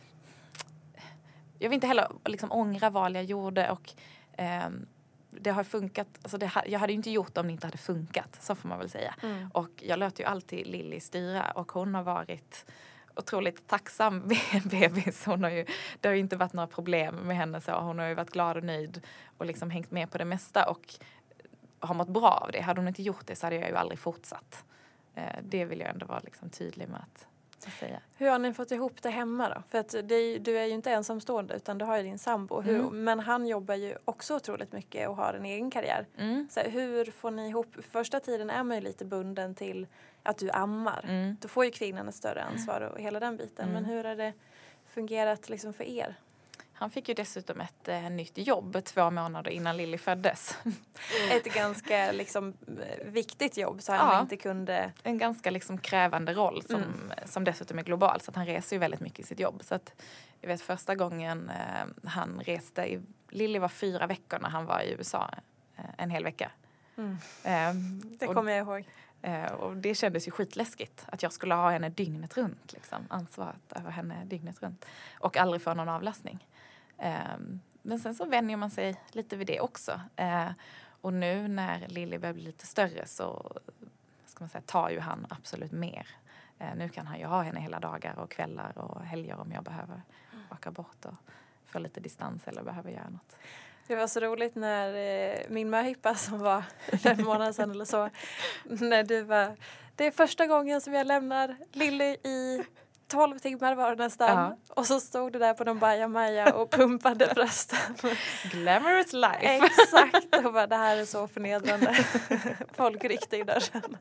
Jag vill inte heller liksom ångra val jag gjorde och... Eh, det har funkat, alltså det, jag hade ju inte gjort det om det inte hade funkat, så får man väl säga. Mm. Och jag lät ju alltid Lilly styra och hon har varit otroligt tacksam bebis. Hon har ju, det har ju inte varit några problem med henne så. Hon har ju varit glad och nöjd och liksom hängt med på det mesta och har mått bra av det. Hade hon inte gjort det så hade jag ju aldrig fortsatt. Det vill jag ändå vara liksom tydlig med att, att säga. Hur har ni fått ihop det hemma då? För att det, du är ju inte ensamstående utan du har ju din sambo. Hur, mm. Men han jobbar ju också otroligt mycket och har en egen karriär. Mm. Så hur får ni ihop? Första tiden är man ju lite bunden till att du ammar. Mm. Då får ju kvinnan ett större ansvar och hela den biten. Mm. Men hur har det fungerat liksom för er? Han fick ju dessutom ett eh, nytt jobb två månader innan Lilly föddes. Ett ganska liksom viktigt jobb så han ja, inte kunde... En ganska liksom krävande roll som, mm. som dessutom är global. Så att han reser ju väldigt mycket i sitt jobb. Så att jag vet första gången eh, han reste... I, Lilly var fyra veckor när han var i U S A. Eh, en hel vecka. Mm. Eh, det kommer jag ihåg. Eh, och det kändes ju skitläskigt. Att jag skulle ha henne dygnet runt. Liksom, ansvaret över henne dygnet runt. Och aldrig få någon avlastning. Um, men sen så vänjer man sig lite vid det också. Uh, och nu när Lilly börjar bli lite större så ska man säga, tar ju han absolut mer. Uh, nu kan han ju ha henne hela dagar och kvällar och helger om jag behöver åka bort och få lite distans eller behöver göra något. Det var så roligt när eh, min möhippa som var fem månader sedan eller så. När du var, det är första gången som jag lämnar Lilly i tolv timmar var det nästan. Ja. Och så stod det där på någon bajamaja och pumpade brösten. Glamorous life. Exakt. Och bara, det här är så förnedrande. Folk ryckte i dörren.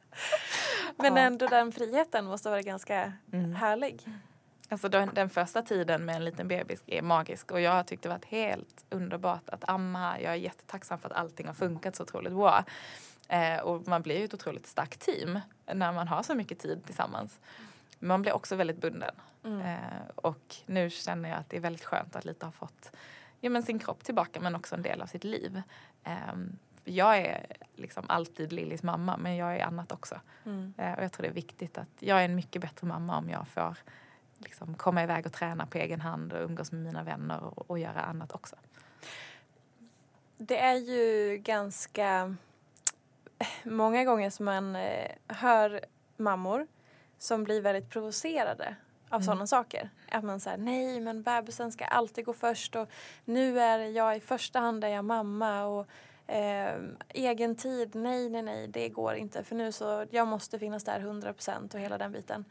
Men ja. Ändå den friheten måste vara ganska mm. härlig. Alltså den, den första tiden med en liten bebis är magisk. Och jag tyckte det var helt underbart att amma. Jag är jättetacksam för att allting har funkat så otroligt bra. Eh, och man blir ju ett otroligt starkt team när man har så mycket tid tillsammans. Man blir också väldigt bunden. Mm. Eh, och nu känner jag att det är väldigt skönt att lite ha fått ja, men sin kropp tillbaka men också en del av sitt liv. Eh, jag är liksom alltid Lillys mamma men jag är annat också. Mm. Eh, och jag tror det är viktigt att jag är en mycket bättre mamma om jag får liksom, komma iväg och träna på egen hand och umgås med mina vänner och, och göra annat också. Det är ju ganska många gånger som man eh, hör mammor som blir väldigt provocerade av mm. sådana saker. Att man säger, nej men bebisen ska alltid gå först och nu är jag i första hand är jag mamma och eh, egen tid, nej nej nej det går inte för nu så jag måste finnas där hundra procent och hela den biten.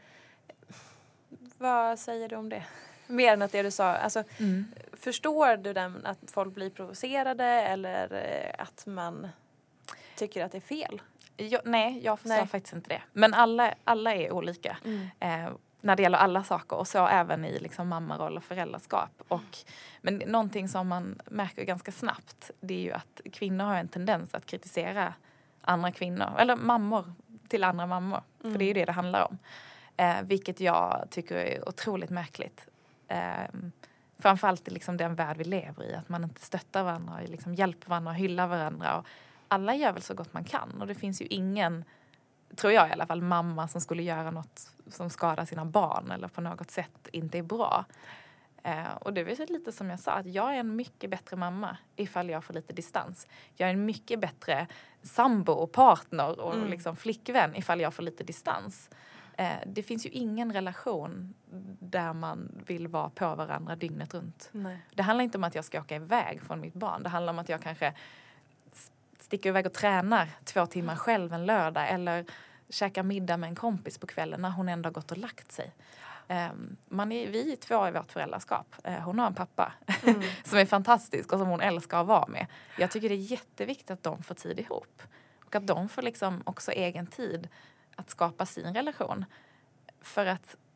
Vad säger du om det? Mer än att det du sa, alltså mm. förstår du den, att folk blir provocerade eller att man tycker att det är fel? Jag, nej, jag förstår nej. faktiskt inte det. Men alla, alla är olika mm. eh, när det gäller alla saker. Och så även i liksom, mammaroll och föräldraskap. Och, men någonting som man märker ganska snabbt det är ju att kvinnor har en tendens att kritisera andra kvinnor. Eller mammor till andra mammor. Mm. För det är ju det det handlar om. Eh, vilket jag tycker är otroligt märkligt. Eh, framförallt i liksom, den värld vi lever i. Att man inte stöttar varandra, liksom, hjälper varandra och hyllar varandra. Och, alla gör väl så gott man kan. Och det finns ju ingen, tror jag i alla fall, mamma som skulle göra något som skadar sina barn. Eller på något sätt inte är bra. Eh, och det är lite som jag sa. Att jag är en mycket bättre mamma ifall jag får lite distans. Jag är en mycket bättre sambo och partner och mm. liksom, flickvän ifall jag får lite distans. Eh, det finns ju ingen relation där man vill vara på varandra dygnet runt. Nej. Det handlar inte om att jag ska åka iväg från mitt barn. Det handlar om att jag kanske sticker iväg och tränar två timmar själv en lördag. Eller käkar middag med en kompis på kvällen när hon ändå har gått och lagt sig. Um, man är, vi är två i vårt föräldraskap. Uh, hon har en pappa mm. som är fantastisk och som hon älskar att vara med. Jag tycker det är jätteviktigt att de får tid ihop. Och att de får liksom också egen tid att skapa sin relation. För att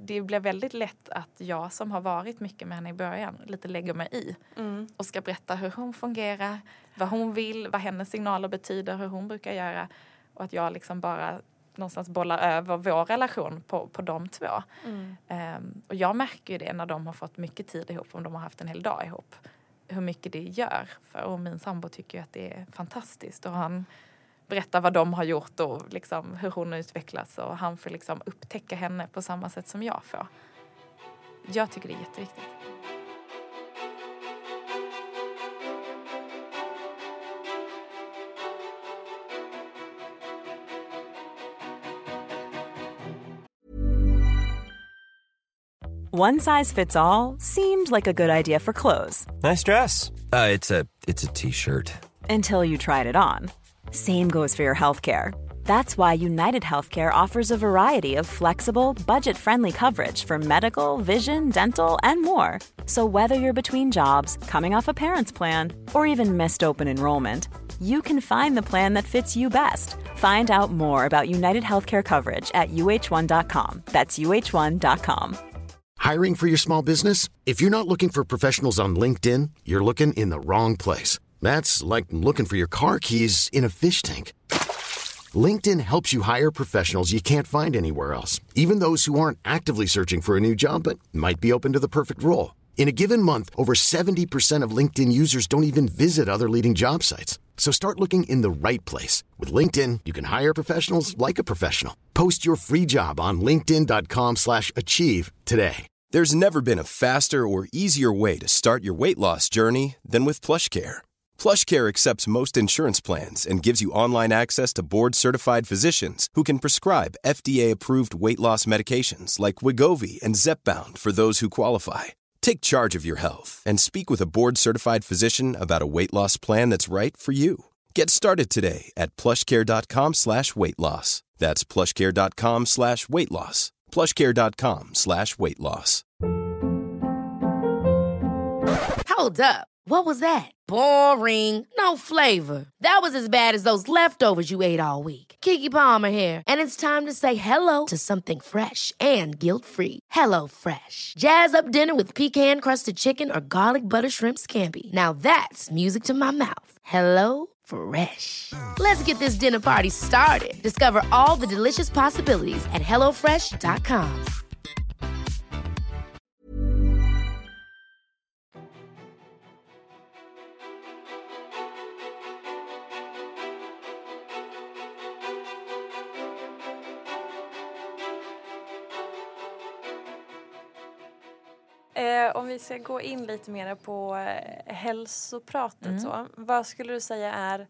det blir väldigt lätt att jag som har varit mycket med henne i början lite lägger mig i. Mm. Och ska berätta hur hon fungerar, vad hon vill, vad hennes signaler betyder, hur hon brukar göra. Och att jag liksom bara någonstans bollar över vår relation på, på de två. Mm. Um, och jag märker ju det när de har fått mycket tid ihop, om de har haft en hel dag ihop. Hur mycket det gör. För, och min sambo tycker ju att det är fantastiskt. Och han berättar vad de har gjort och liksom hur hon utvecklas. Och han får liksom upptäcka henne på samma sätt som jag får. Jag tycker det är jätteviktigt. One size fits all seemed like a good idea for clothes. Nice dress. Uh, it's a it's a t-shirt. Until you tried it on. Same goes for your healthcare. That's why United Healthcare offers a variety of flexible, budget-friendly coverage for medical, vision, dental, and more. So whether you're between jobs, coming off a parent's plan, or even missed open enrollment, you can find the plan that fits you best. Find out more about United Healthcare coverage at U H one dot com. That's U H one dot com. Hiring for your small business? If you're not looking for professionals on LinkedIn, you're looking in the wrong place. That's like looking for your car keys in a fish tank. LinkedIn helps you hire professionals you can't find anywhere else, even those who aren't actively searching for a new job but might be open to the perfect role. In a given month, over seventy percent of LinkedIn users don't even visit other leading job sites. So start looking in the right place. With LinkedIn, you can hire professionals like a professional. Post your free job on linkedin dot com slash achieve today. There's never been a faster or easier way to start your weight loss journey than with PlushCare. PlushCare accepts most insurance plans and gives you online access to board-certified physicians who can prescribe F D A-approved weight loss medications like Wegovy and Zepbound for those who qualify. Take charge of your health and speak with a board-certified physician about a weight loss plan that's right for you. Get started today at plushcare.com slash weight loss. That's plushcare.com slash weight loss. plushcare.com slash weight loss. Hold up. What was that? Boring. No flavor. That was as bad as those leftovers you ate all week. Keke Palmer here, and it's time to say hello to something fresh and guilt-free. Hello Fresh. Jazz up dinner with pecan-crusted chicken or garlic butter shrimp scampi. Now that's music to my mouth. Hello Fresh. Let's get this dinner party started. Discover all the delicious possibilities at hello fresh dot com. Eh, om vi ska gå in lite mer på eh, hälsopratet mm. så. Vad skulle du säga är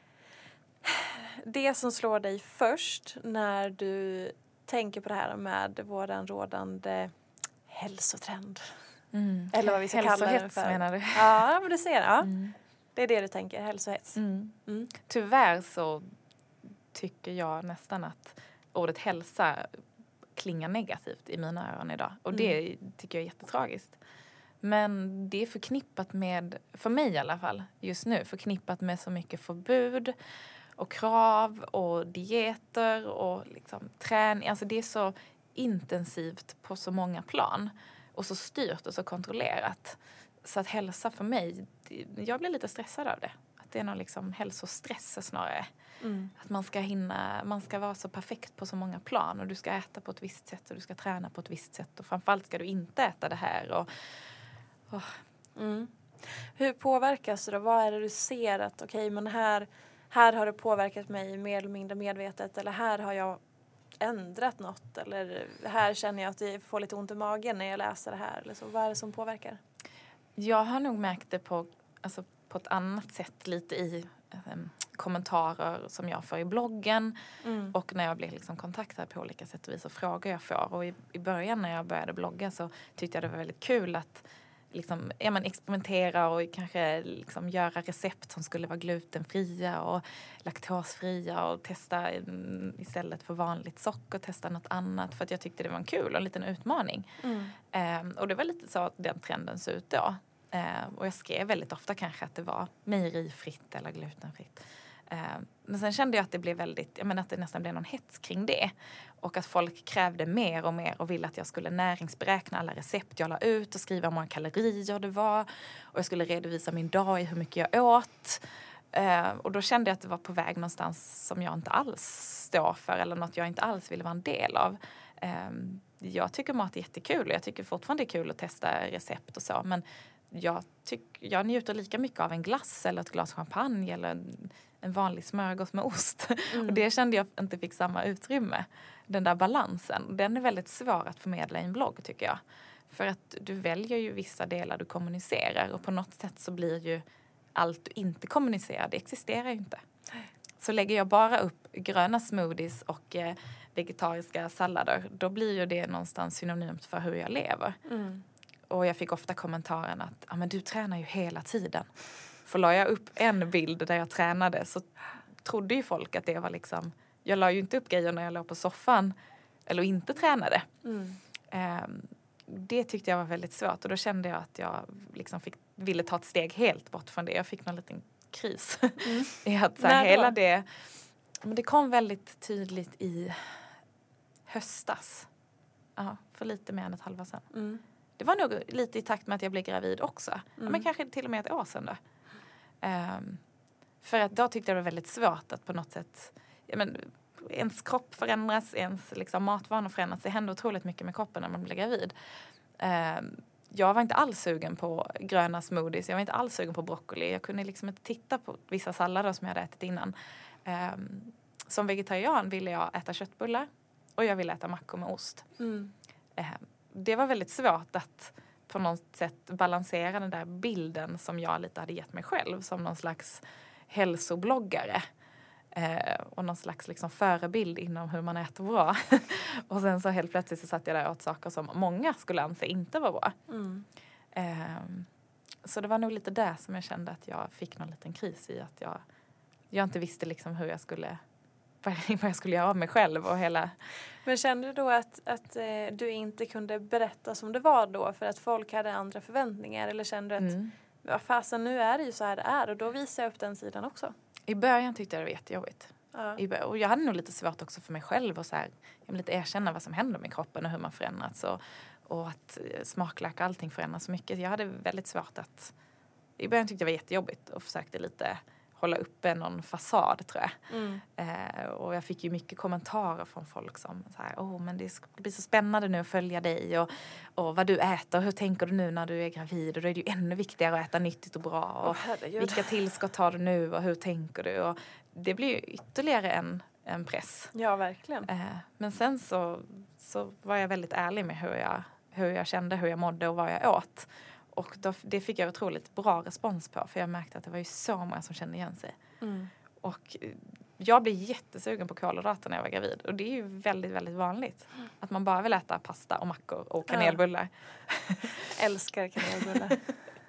det som slår dig först när du tänker på det här med våran rådande hälsotrend? Mm. Eller vad vi ska kalla det för. Menar du? Ja, men du ser. Ja. Mm. Det är det du tänker, hälsohets. Mm. Mm. Tyvärr så tycker jag nästan att ordet hälsa klingar negativt i mina öron idag. Och mm. det tycker jag är jättetragiskt. Men det är förknippat med, för mig i alla fall, just nu, förknippat med så mycket förbud och krav och dieter och liksom träning. Alltså det är så intensivt på så många plan. Och så styrt och så kontrollerat. Så att hälsa för mig, jag blir lite stressad av det. Att det är någon liksom hälsostress snarare. Mm. Att man ska hinna, man ska vara så perfekt på så många plan. Och du ska äta på ett visst sätt och du ska träna på ett visst sätt. Och framförallt ska du inte äta det här. Och, och. Mm. Hur påverkas du då? Vad är det du ser att okej, okay, men här, här har det påverkat mig mer eller mindre medvetet. Eller här har jag ändrat något. Eller här känner jag att jag får lite ont i magen när jag läser det här. Eller så. Vad är det som påverkar? Jag har nog märkt det på, alltså, på ett annat sätt lite i um, kommentarer som jag får i bloggen. Mm. Och när jag blir liksom kontaktad på olika sätt och vis och frågor jag får. Och i, i början när jag började blogga så tyckte jag det var väldigt kul att liksom, ja, man experimentera och kanske liksom göra recept som skulle vara glutenfria och laktosfria och testa istället för vanligt socker, testa något annat för att jag tyckte det var en kul och en liten utmaning. Mm. Um, och det var lite så att den trenden såg ut då. Um, och jag skrev väldigt ofta kanske att det var mejerifritt eller glutenfritt. Eh, men sen kände jag att det blev väldigt, jag menar att det nästan blev någon hets kring det. Och att folk krävde mer och mer och ville att jag skulle näringsberäkna alla recept jag la ut och skriva hur många kalorier det var. Och jag skulle redovisa min dag i hur mycket jag åt. Eh, och då kände jag att det var på väg någonstans som jag inte alls står för eller något jag inte alls ville vara en del av. Eh, jag tycker mat är jättekul och jag tycker fortfarande det är kul att testa recept och så. Men jag, tyck, jag njuter lika mycket av en glass eller ett glas champagne eller en, en vanlig smörgås med ost. Mm. Och det kände jag inte fick samma utrymme. Den där balansen, den är väldigt svår att förmedla i en blogg tycker jag. För att du väljer ju vissa delar du kommunicerar och på något sätt så blir ju allt du inte kommunicerar, det existerar ju inte. Så lägger jag bara upp gröna smoothies och eh, vegetariska sallader, då blir ju det någonstans synonymt för hur jag lever. Mm. Och jag fick ofta kommentaren att ah, men du tränar ju hela tiden. För la jag upp en bild där jag tränade så trodde ju folk att det var liksom, jag la ju inte upp grejer när jag låg på soffan eller inte tränade. Mm. Um, det tyckte jag var väldigt svårt och då kände jag att jag liksom fick, ville ta ett steg helt bort från det. Jag fick någon liten kris. Mm. I att så här, hela det, men det kom väldigt tydligt i höstas. Ja, för lite mer än ett halvår sedan. Mm. Det var nog lite i takt med att jag blev gravid också. Mm. Men kanske till och med ett år sedan då. Um, för att då tyckte jag det var väldigt svårt att på något sätt, ja, men, ens kropp förändras, ens liksom, matvanor förändras. Det händer otroligt mycket med kroppen när man blir gravid. Um, jag var inte alls sugen på gröna smoothies. Jag var inte alls sugen på broccoli. Jag kunde liksom inte titta på vissa sallader som jag hade ätit innan. Um, som vegetarian ville jag äta köttbullar. Och jag ville äta mackor med ost. Mm. Um, det var väldigt svårt att på något sätt balansera den där bilden som jag lite hade gett mig själv. Som någon slags hälsobloggare. Eh, och någon slags liksom förebild inom hur man äter bra. Och sen så helt plötsligt så satt jag där och åt saker som många skulle anse inte var bra. Mm. Eh, så det var nog lite där som jag kände att jag fick någon liten kris i. Att jag, jag inte visste liksom hur jag skulle, vad jag skulle göra av mig själv och hela. Men kände du då att, att eh, du inte kunde berätta som det var då för att folk hade andra förväntningar? Eller kände du att mm. vad fasen, nu är det ju så här det är och då visar jag upp den sidan också? I början tyckte jag det var jättejobbigt. Ja. I början, och jag hade nog lite svårt också för mig själv och så här, jag vill lite erkänna vad som händer med kroppen och hur man förändras och, och att smaklök och allting förändras så mycket. Jag hade väldigt svårt att, i början tyckte jag det var jättejobbigt och försökte lite hålla uppe någon fasad tror jag. Mm. Eh, och jag fick ju mycket kommentarer från folk som så här, åh oh, men det blir så spännande nu att följa dig och, och vad du äter, hur tänker du nu när du är gravid och då är det ju ännu viktigare att äta nyttigt och bra och oh, vilka tillskott har du nu och hur tänker du och det blir ju ytterligare en, en press. Ja, verkligen. Eh, men sen så, så var jag väldigt ärlig med hur jag, hur jag kände, hur jag mådde och vad jag åt. Och då, det fick jag otroligt bra respons på. För jag märkte att det var ju så många som kände igen sig. Mm. Och jag blev jättesugen på kolhydrater när jag var gravid. Och det är ju väldigt, väldigt vanligt. Mm. Att man bara vill äta pasta och mackor och kanelbullar. Ja. Älskar kanelbullar.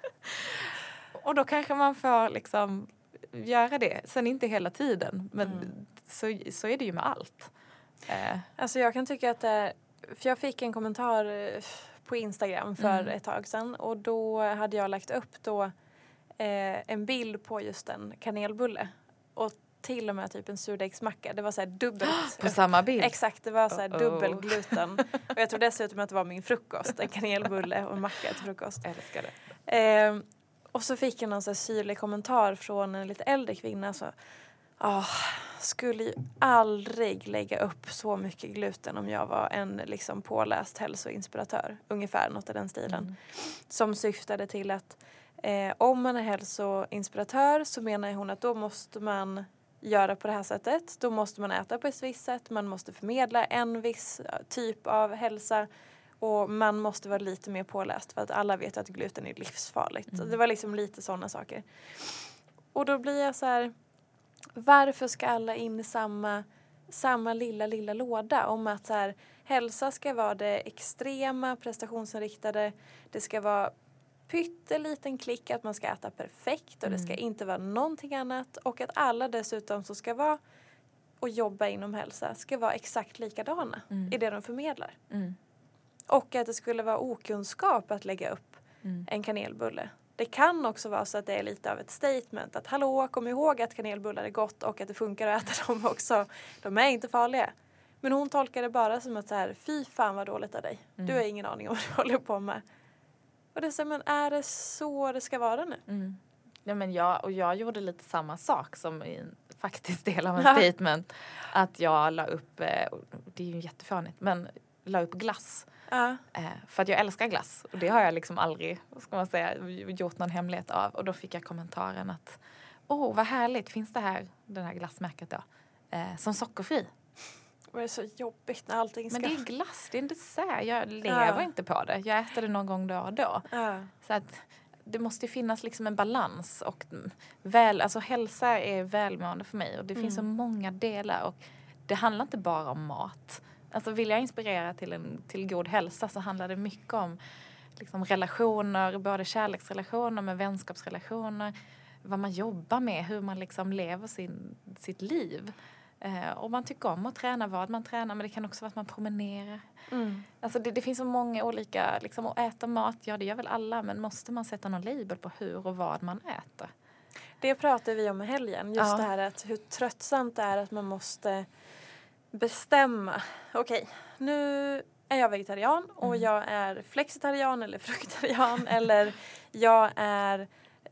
Och då kanske man får liksom göra det. Sen inte hela tiden. Men mm. så, så är det ju med allt. Eh. Alltså jag kan tycka att det är, för jag fick en kommentar på Instagram för mm. ett tag sedan. Och då hade jag lagt upp då eh, en bild på just en kanelbulle. Och till och med typ en surdegsmacka. Det var så här dubbelt. På samma bild? Exakt, det var så här dubbelgluten. Och jag tror dessutom att det var min frukost. En kanelbulle och en macka till frukost. Jag älskar det. Eh, och så fick jag någon så här syrlig kommentar från en lite äldre kvinna. Så, oh, skulle ju aldrig lägga upp så mycket gluten om jag var en liksom påläst hälsoinspiratör. Ungefär något i den stilen. Mm. Som syftade till att eh, om man är hälsoinspiratör så menar hon att då måste man göra på det här sättet. Då måste man äta på ett visst sätt. Man måste förmedla en viss typ av hälsa. Och man måste vara lite mer påläst för att alla vet att gluten är livsfarligt. Mm. Det var liksom lite sådana saker. Och då blir jag så här, varför ska alla in i samma, samma lilla, lilla låda om att så här, hälsa ska vara det extrema, prestationsinriktade. Det ska vara pytteliten klick att man ska äta perfekt och mm. det ska inte vara någonting annat. Och att alla dessutom som ska vara och jobba inom hälsa ska vara exakt likadana mm. i det de förmedlar. Mm. Och att det skulle vara okunskap att lägga upp mm. en kanelbulle Det kan också vara så att det är lite av ett statement. Att hallå, kom ihåg att kanelbullar är gott och att det funkar att äta dem också. De är inte farliga. Men hon tolkar det bara som att så här, fy fan vad dåligt av dig. Mm. Du har ingen aning om vad du håller på med. Och det är så, men är det så det ska vara nu? Mm. Ja, men jag, och jag gjorde lite samma sak som i en faktiskt del av en statement. Att jag la upp, eh, det är ju jättefönigt, men la upp glass. Uh. Eh, för att jag älskar glass. Och det har jag liksom aldrig, vad ska man säga, gjort någon hemlighet av. Och då fick jag kommentaren att, åh oh, vad härligt, finns det här, den här glassmärket då, eh, som sockerfri. Och det är så jobbigt när allting ska... Men det är glass, det är en dessert. Jag lever uh. inte på det. Jag äter det någon gång då och då. Uh. Så att det måste finnas liksom en balans. Och väl, alltså hälsa är välmående för mig. Och det mm. finns så många delar. Och det handlar inte bara om mat. Alltså vill jag inspirera till en till god hälsa så handlar det mycket om liksom relationer, både kärleksrelationer med vänskapsrelationer, vad man jobbar med, hur man liksom lever sin, sitt liv. Eh, och man tycker om att träna, vad man tränar, men det kan också vara att man promenerar. Mm. Alltså det, det finns så många olika, liksom att äta mat, ja det gör väl alla, men måste man sätta någon label på hur och vad man äter? Det pratar vi om i helgen, just ja. det här att hur tröttsamt det är att man måste bestämma. Okej, okay, nu är jag vegetarian och mm. jag är flexitarian eller fruktarian eller jag är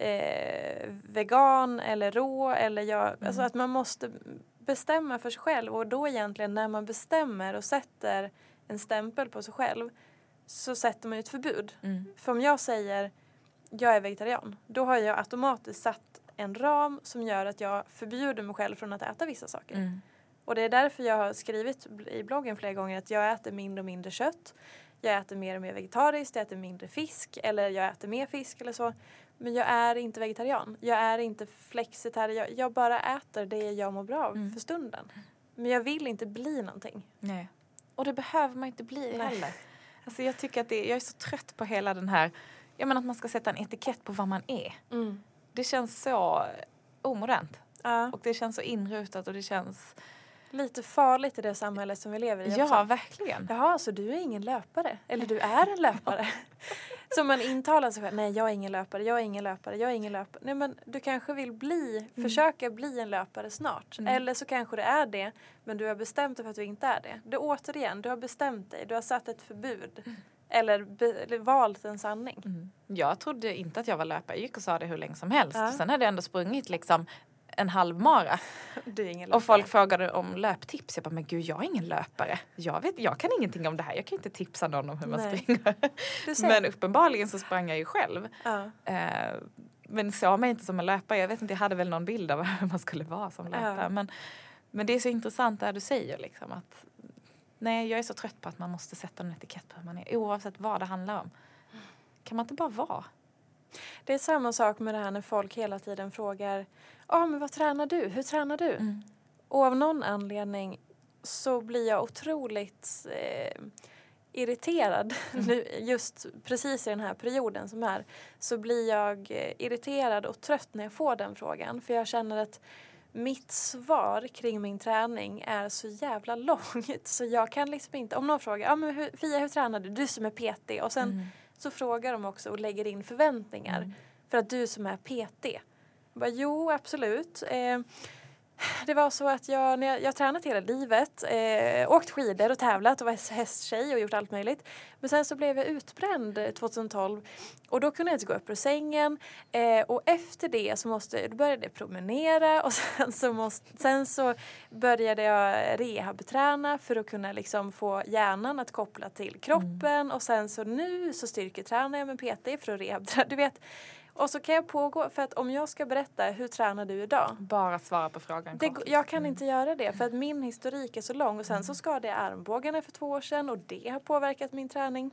eh, vegan eller rå eller jag, mm. alltså att man måste bestämma för sig själv och då egentligen när man bestämmer och sätter en stämpel på sig själv så sätter man ju ett förbud. Mm. För om jag säger jag är vegetarian, då har jag automatiskt satt en ram som gör att jag förbjuder mig själv från att äta vissa saker. Mm. Och det är därför jag har skrivit i bloggen flera gånger att jag äter mindre och mindre kött. Jag äter mer och mer vegetariskt, jag äter mindre fisk eller jag äter mer fisk eller så. Men jag är inte vegetarian. Jag är inte flexitarian. Jag, jag bara äter det jag mår bra av mm. för stunden. Men jag vill inte bli någonting. Nej. Och det behöver man inte bli Nej. heller. Alltså jag tycker att det, jag är så trött på hela den här, jag menar att man ska sätta en etikett på vad man är. Mm. Det känns så omodernt. Ja. Och det känns så inrutat och det känns lite farligt i det samhället som vi lever i. Ja, också. verkligen. Jaha, så du är ingen löpare. Eller du är en löpare. Så man intalar sig själv, nej jag är ingen löpare, jag är ingen löpare, jag är ingen löpare. Nej men du kanske vill bli, mm. försöka bli en löpare snart. Mm. Eller så kanske det är det, men du har bestämt dig för att du inte är det. Du återigen, du har bestämt dig, du har satt ett förbud. Mm. Eller, be, eller valt en sanning. Mm. Jag trodde inte att jag var löpare, jag gick och sa det hur länge som helst. Ja. Sen hade jag ändå sprungit liksom en halvmara. Du är ingen löpare. Och folk frågade om löptips. Jag bara, men gud, jag är ingen löpare. Jag, vet, jag kan ingenting om det här. Jag kan inte tipsa någon om hur man Nej. springer. Men uppenbarligen så sprang jag ju själv. Ja. Eh, men såg mig inte som en löpare. Jag vet inte, jag hade väl någon bild av hur man skulle vara som löpare. Ja. Men, men det är så intressant det du säger. Liksom, att, nej, jag är så trött på att man måste sätta en etikett på hur man är. Oavsett vad det handlar om. Kan man inte bara vara? Det är samma sak med det här när folk hela tiden frågar ja ah, men vad tränar du? Hur tränar du? Mm. Och av någon anledning så blir jag otroligt eh, irriterad. Mm. Nu, just precis i den här perioden som är så blir jag eh, irriterad och trött när jag får den frågan. För jag känner att mitt svar kring min träning är så jävla långt. Så jag kan liksom inte, om någon frågar, ja ah, men hur, Fia hur tränar du? Du som är P T. Och sen mm. så frågar de också och lägger in förväntningar. Mm. För att du som är P T. Jag bara, jo, absolut. Eh, det var så att jag, när jag, jag tränat hela livet, eh, åkt skidor och tävlat och var hästtjej och gjort allt möjligt. Men sen så blev jag utbränd tjugohundratolv och då kunde jag inte gå upp ur sängen. Eh, och efter det så måste, då började jag promenera och sen så, måste, sen så började jag rehabträna för att kunna liksom få hjärnan att koppla till kroppen. Mm. Och sen så nu så styrketränar jag med P T för att rehabträna. Du vet. Och så kan jag pågå, för att om jag ska berätta hur tränar du idag? Bara svara på frågan. Det, jag kan inte göra det för att min historik är så lång. Och sen så skadade jag armbågarna för två år sedan och det har påverkat min träning.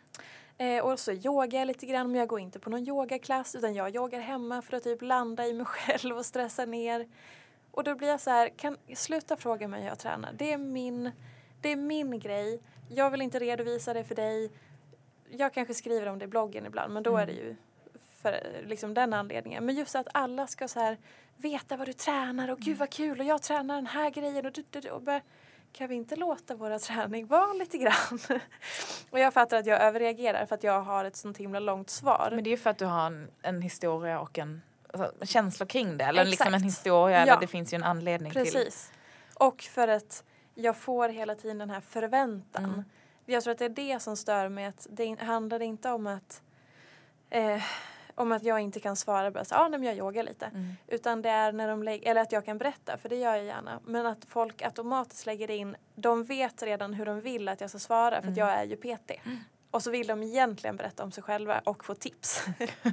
Eh, och så yogar jag lite grann, men jag går inte på någon yogaklass utan jag yogar hemma för att typ landa i mig själv och stressa ner. Och då blir jag så här, kan sluta fråga mig hur jag tränar. Det är min, det är min grej. Jag vill inte redovisa det för dig. Jag kanske skriver om det i bloggen ibland, men då är det ju för liksom den anledningen. Men just att alla ska så här veta vad du tränar och gud vad kul och jag tränar den här grejen och, du, du, du, och bara, kan vi inte låta våra träning vara lite grann? Och jag fattar att jag överreagerar för att jag har ett sånt himla långt svar. Men det är ju för att du har en, en historia och en alltså, känsla kring det. Eller Exakt. liksom en historia ja. eller det finns ju en anledning Precis. till. Precis. Och för att jag får hela tiden den här förväntan. Mm. Jag tror att det är det som stör mig. Att det handlar inte om att eh, om att jag inte kan svara bara så, ja, men jag yogar lite. Mm. Utan det är när de lägger, eller att jag kan berätta, för det gör jag gärna. Men att folk automatiskt lägger in, de vet redan hur de vill att jag ska svara, för mm. att jag är ju P T. Mm. Och så vill de egentligen berätta om sig själva och få tips.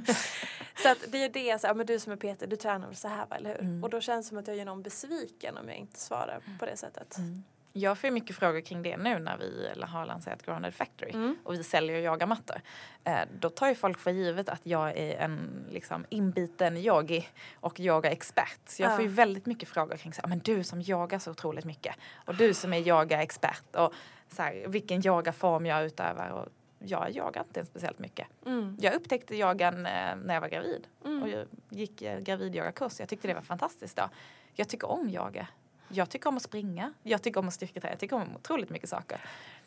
Så att det är ju det, så, ja, men du som är P T, du tränar väl så här, eller hur? Mm. Och då känns det som att jag gör någon besviken om jag inte svarar mm. på det sättet. Mm. Jag får mycket frågor kring det nu när vi har lanserat Grounded Factory mm. och vi säljer yogamattor. Eh, då tar ju folk för givet att jag är en liksom, inbiten yogi och yogaexpert. Så jag ja. får ju väldigt mycket frågor kring så här, men du som yogar så otroligt mycket och du som är yogaexpert och så här, vilken yogaform jag utövar. Och jag yogar inte speciellt mycket. Mm. Jag upptäckte yogan eh, när jag var gravid mm. och jag gick eh, gravidyogakurs. Jag tyckte det var fantastiskt då. Jag tycker om yoga. Jag tycker om att springa. Jag tycker om att styrketräna. Jag tycker om otroligt mycket saker.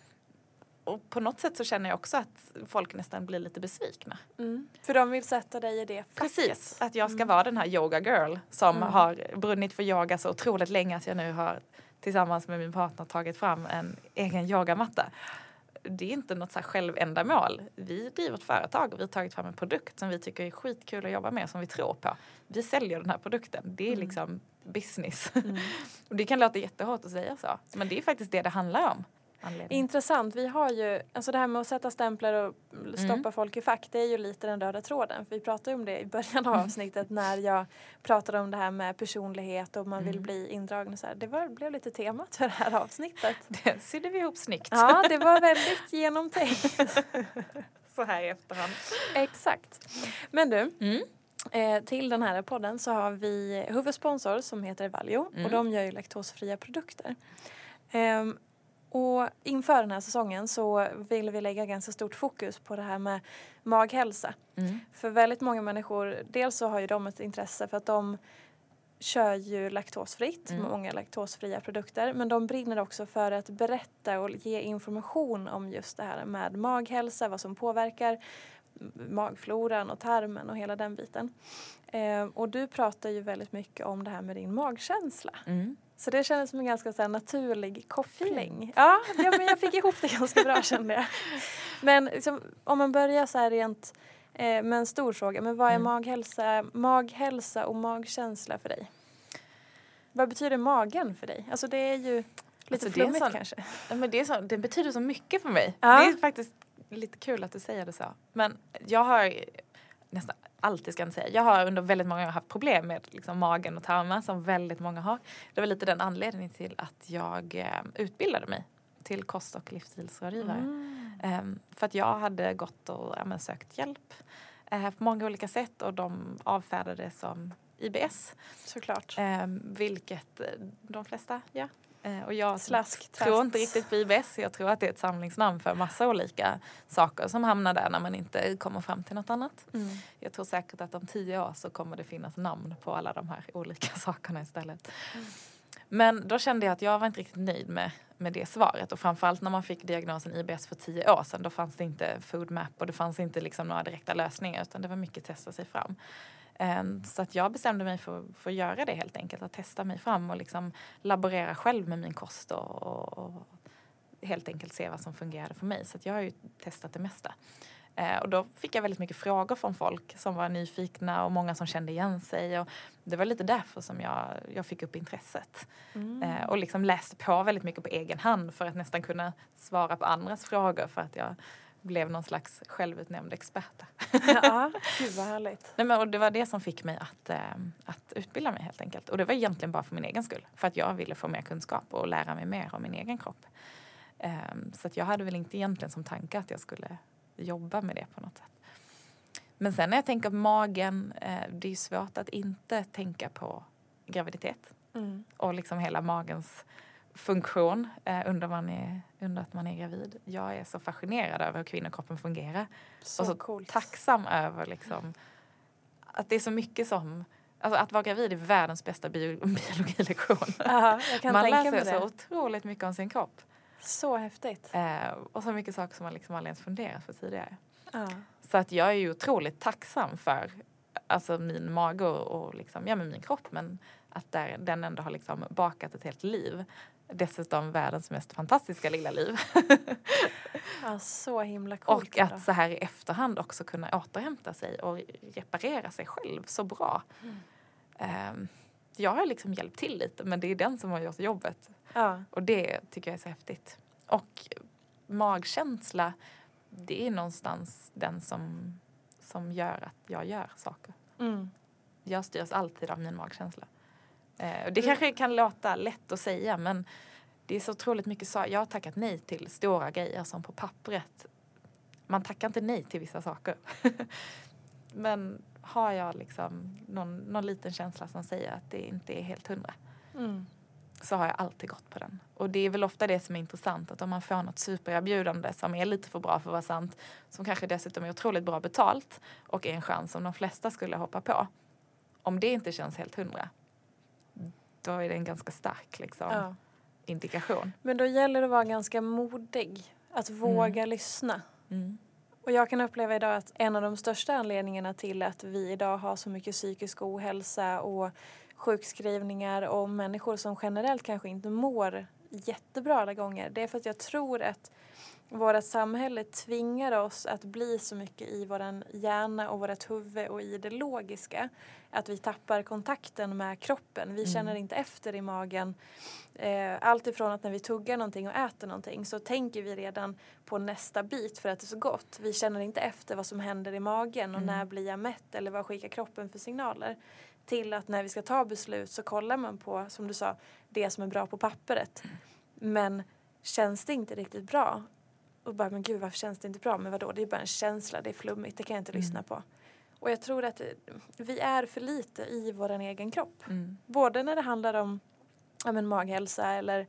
Och på något sätt så känner jag också att folk nästan blir lite besvikna. Mm. För de vill sätta dig i det facket. Precis. Att jag ska mm. vara den här yoga girl som mm. har brunnit för yoga så otroligt länge att jag nu har tillsammans med min partner tagit fram en egen yogamatta. Det är inte något så här självändamål. Vi driver ett företag och vi har tagit fram en produkt som vi tycker är skitkul att jobba med, som vi tror på. Vi säljer den här produkten. Det är mm. liksom business. Mm. Och det kan låta jättehårt att säga så. Men det är faktiskt det det handlar om. Intressant. Vi har ju, alltså det här med att sätta stämplar och stoppa mm. folk i fack, det är ju lite den röda tråden. För vi pratade om det i början av avsnittet när jag pratade om det här med personlighet och man vill mm. bli indragen och så här. Det var, blev lite temat för det här avsnittet. Det sydde vi ihop snyggt. Ja, det var väldigt genomtänkt. Så här i efterhand. Exakt. Men du, mm. eh, till den här podden så har vi huvudsponsor som heter Valio mm. och de gör ju laktosfria produkter. Um, Och inför den här säsongen så vill vi lägga ganska stort fokus på det här med maghälsa. Mm. För väldigt många människor, dels så har ju de ett intresse för att de kör ju laktosfritt, mm. många laktosfria produkter. Men de brinner också för att berätta och ge information om just det här med maghälsa, vad som påverkar magfloran och tarmen och hela den biten. Eh, och du pratar ju väldigt mycket om det här med din magkänsla. Mm. Så det kändes som en ganska så här, naturlig koppling. Ja, ja, men jag fick ihop det ganska bra, kände jag. Men liksom, om man börjar så här rent eh, med en stor fråga. Men vad är mm. maghälsa, maghälsa och magkänsla för dig? Vad betyder magen för dig? Alltså det är ju lite alltså, flummigt så, kanske. Ja, men det, är så, det betyder så mycket för mig. Ja. Det är faktiskt lite kul att du säger det så. Men jag har nästan alltid ska jag säga. Jag har under väldigt många år haft problem med liksom, magen och tarmen som väldigt många har. Det var lite den anledningen till att jag eh, utbildade mig till kost- och livsstilsrådgivare. Mm. Um, för att jag hade gått och ja, men, sökt hjälp uh, på många olika sätt och de avfärdade det som I B S. Såklart. Um, vilket de flesta gör. Uh, och jag Slask, tror inte riktigt på I B S. Jag tror att det är ett samlingsnamn för massa olika saker som hamnar där när man inte kommer fram till något annat. Mm. Jag tror säkert att om tio år så kommer det finnas namn på alla de här olika sakerna istället. Mm. Men då kände jag att jag var inte riktigt nöjd med, med det svaret. Och framförallt när man fick diagnosen I B S för tio år sedan. Då fanns det inte foodmap och det fanns inte liksom några direkta lösningar. Utan det var mycket testa sig fram. Um, så att jag bestämde mig för, för att göra det helt enkelt. Att testa mig fram och liksom laborera själv med min kost. Och, och, och helt enkelt se vad som fungerade för mig. Så att jag har ju testat det mesta. Uh, och då fick jag väldigt mycket frågor från folk som var nyfikna och många som kände igen sig. Och det var lite därför som jag, jag fick upp intresset. Mm. Uh, och liksom läste på väldigt mycket på egen hand för att nästan kunna svara på andras frågor. För att jag blev någon slags självutnämnd expert. Ja, gud vad härligt. Nej, men, och det var det som fick mig att, äh, att utbilda mig helt enkelt. Och det var egentligen bara för min egen skull. För att jag ville få mer kunskap och lära mig mer om min egen kropp. Um, så att jag hade väl inte egentligen som tanke att jag skulle jobba med det på något sätt. Men sen när jag tänker på magen, eh, det är svårt att inte tänka på graviditet. Mm. Och liksom hela magens funktion eh, under, man är, under att man är gravid. Jag är så fascinerad över hur kvinnokroppen fungerar. Så och så coolt. Tacksam över liksom, att det är så mycket som Alltså att vara gravid är världens bästa bio- biologilektion. Aha, jag kan man tänka lär mig sig det. så otroligt mycket om sin kropp. Så häftigt. Eh, och så mycket saker som man liksom aldrig ens funderat för tidigare. Ja. Så att jag är ju otroligt tacksam för alltså min mage och, och liksom, ja, men min kropp. Men att där, den ändå har liksom bakat ett helt liv. Dessutom världens mest fantastiska lilla liv. Ja, så himla coolt. Och att så här i efterhand också kunna återhämta sig och reparera sig själv så bra. Mm. Um, jag har liksom hjälpt till lite, men det är den som har gjort jobbet. Ja. Och det tycker jag är så häftigt. Och magkänsla, det är någonstans den som, som gör att jag gör saker. Mm. Jag styrs alltid av min magkänsla. Uh, det kanske kan låta lätt att säga, men det är så otroligt mycket så. Jag har tackat nej till stora grejer som på pappret. Man tackar inte nej till vissa saker. Men har jag liksom någon, någon liten känsla som säger att det inte är helt hundra. Mm. Så har jag alltid gått på den. Och det är väl ofta det som är intressant. Att om man får något supererbjudande som är lite för bra för att vara sant. Som kanske dessutom är otroligt bra betalt. Och är en chans som de flesta skulle hoppa på. Om det inte känns helt hundra. Då är det en ganska stark liksom, ja. indikation. Men då gäller det att vara ganska modig. Att våga mm. lyssna. Mm. Och jag kan uppleva idag att en av de största anledningarna till att vi idag har så mycket psykisk ohälsa och sjukskrivningar och människor som generellt kanske inte mår jättebra alla gånger. Det är för att jag tror att vårt samhälle tvingar oss att bli så mycket i våran hjärna och vårt huvud och i det logiska. Att vi tappar kontakten med kroppen. Vi mm. känner inte efter i magen. Eh, allt ifrån att när vi tuggar någonting och äter någonting så tänker vi redan på nästa bit för att det är så gott. Vi känner inte efter vad som händer i magen och mm. när blir jag mätt eller vad skickar kroppen för signaler. Till att när vi ska ta beslut så kollar man på, som du sa, det som är bra på pappret. Mm. Men känns det inte riktigt bra? Och bara, men gud, varför känns det inte bra? Men vadå? Det är bara en känsla, det är flummigt, det kan jag inte mm. lyssna på. Och jag tror att vi är för lite i vår egen kropp. Mm. Både när det handlar om ja, men maghälsa eller